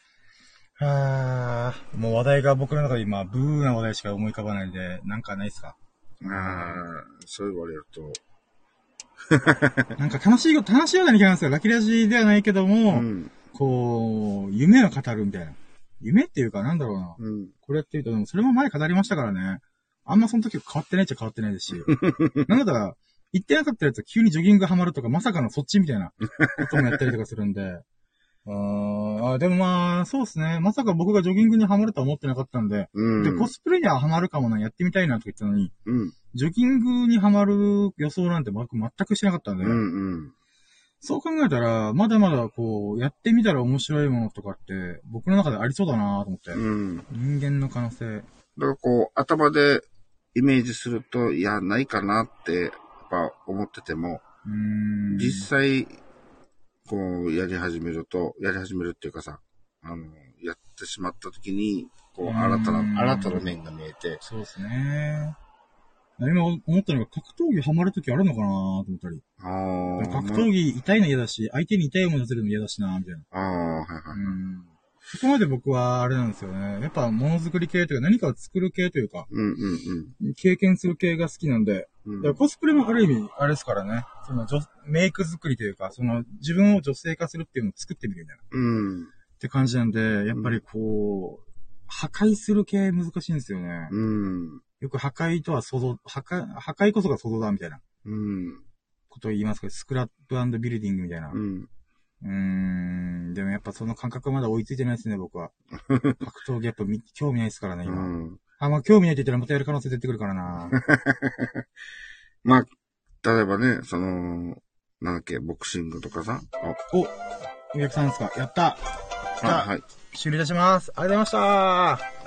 はー。もう話題が僕の中で今、ブーな話題しか思い浮かばないんで、なんかないっすか？ ああ、そう言われると。 なんか楽しいこと、楽しいような気がする。ラキラジではないけども、うん、こう、夢を語るみたいな。夢っていうかなんだろうな。うん、これって言うと、でもそれも前語りましたからね。あんまその時は変わってないっちゃ変わってないですし。なんだったら、言ってなかったやつは急にジョギングハマるとか、まさかのそっちみたいなこともやったりとかするんで。ああ、でもまあ、そうですね。まさか僕がジョギングにハマるとは思ってなかったんで、うん、で、コスプレにはハマるかもな、やってみたいなと言ったのに、うん、ジョギングにハマる予想なんて僕全くしてなかったんで、うんうん、そう考えたら、まだまだこう、やってみたら面白いものとかって、僕の中でありそうだなと思って、うん、人間の可能性。 だからこう、頭でイメージすると、いや、ないかなって、やっぱ思ってても、うーん実際、こう、やり始めると、やり始めるっていうかさ、あの、やってしまった時に、こう、新たな、新たな面が見えて。 そうですね。今思ったのが、格闘技ハマる時あるのかなと思ったり。ああ。格闘技痛いの嫌だし、相手に痛い思いさせるの嫌だしなみたいな。ああ、はいはい。うんそこまで僕はあれなんですよね。やっぱものづくり系というか何かを作る系というか、うんうんうん、経験する系が好きなんで、うん、コスプレもある意味あれですからね。そのメイク作りというか、その自分を女性化するっていうのを作ってみるみたいな、うん、って感じなんで、やっぱりこう破壊する系難しいんですよね。うん、よく破壊とは想像破壊破壊こそが想像だみたいな、うん、ことを言いますけど、スクラップ&ビルディングみたいな。うんうーん。でもやっぱその感覚まだ追いついてないですね、僕は。格闘技やっぱ興味ないですからね、今。うん、あ、まあ興味ないって言ったらまたやる可能性出てくるからな。 まあ、例えばね、その、なんだっけ、ボクシングとかさ。 お、お客さんですかやった。あ、はい。終了いたします。ありがとうございました。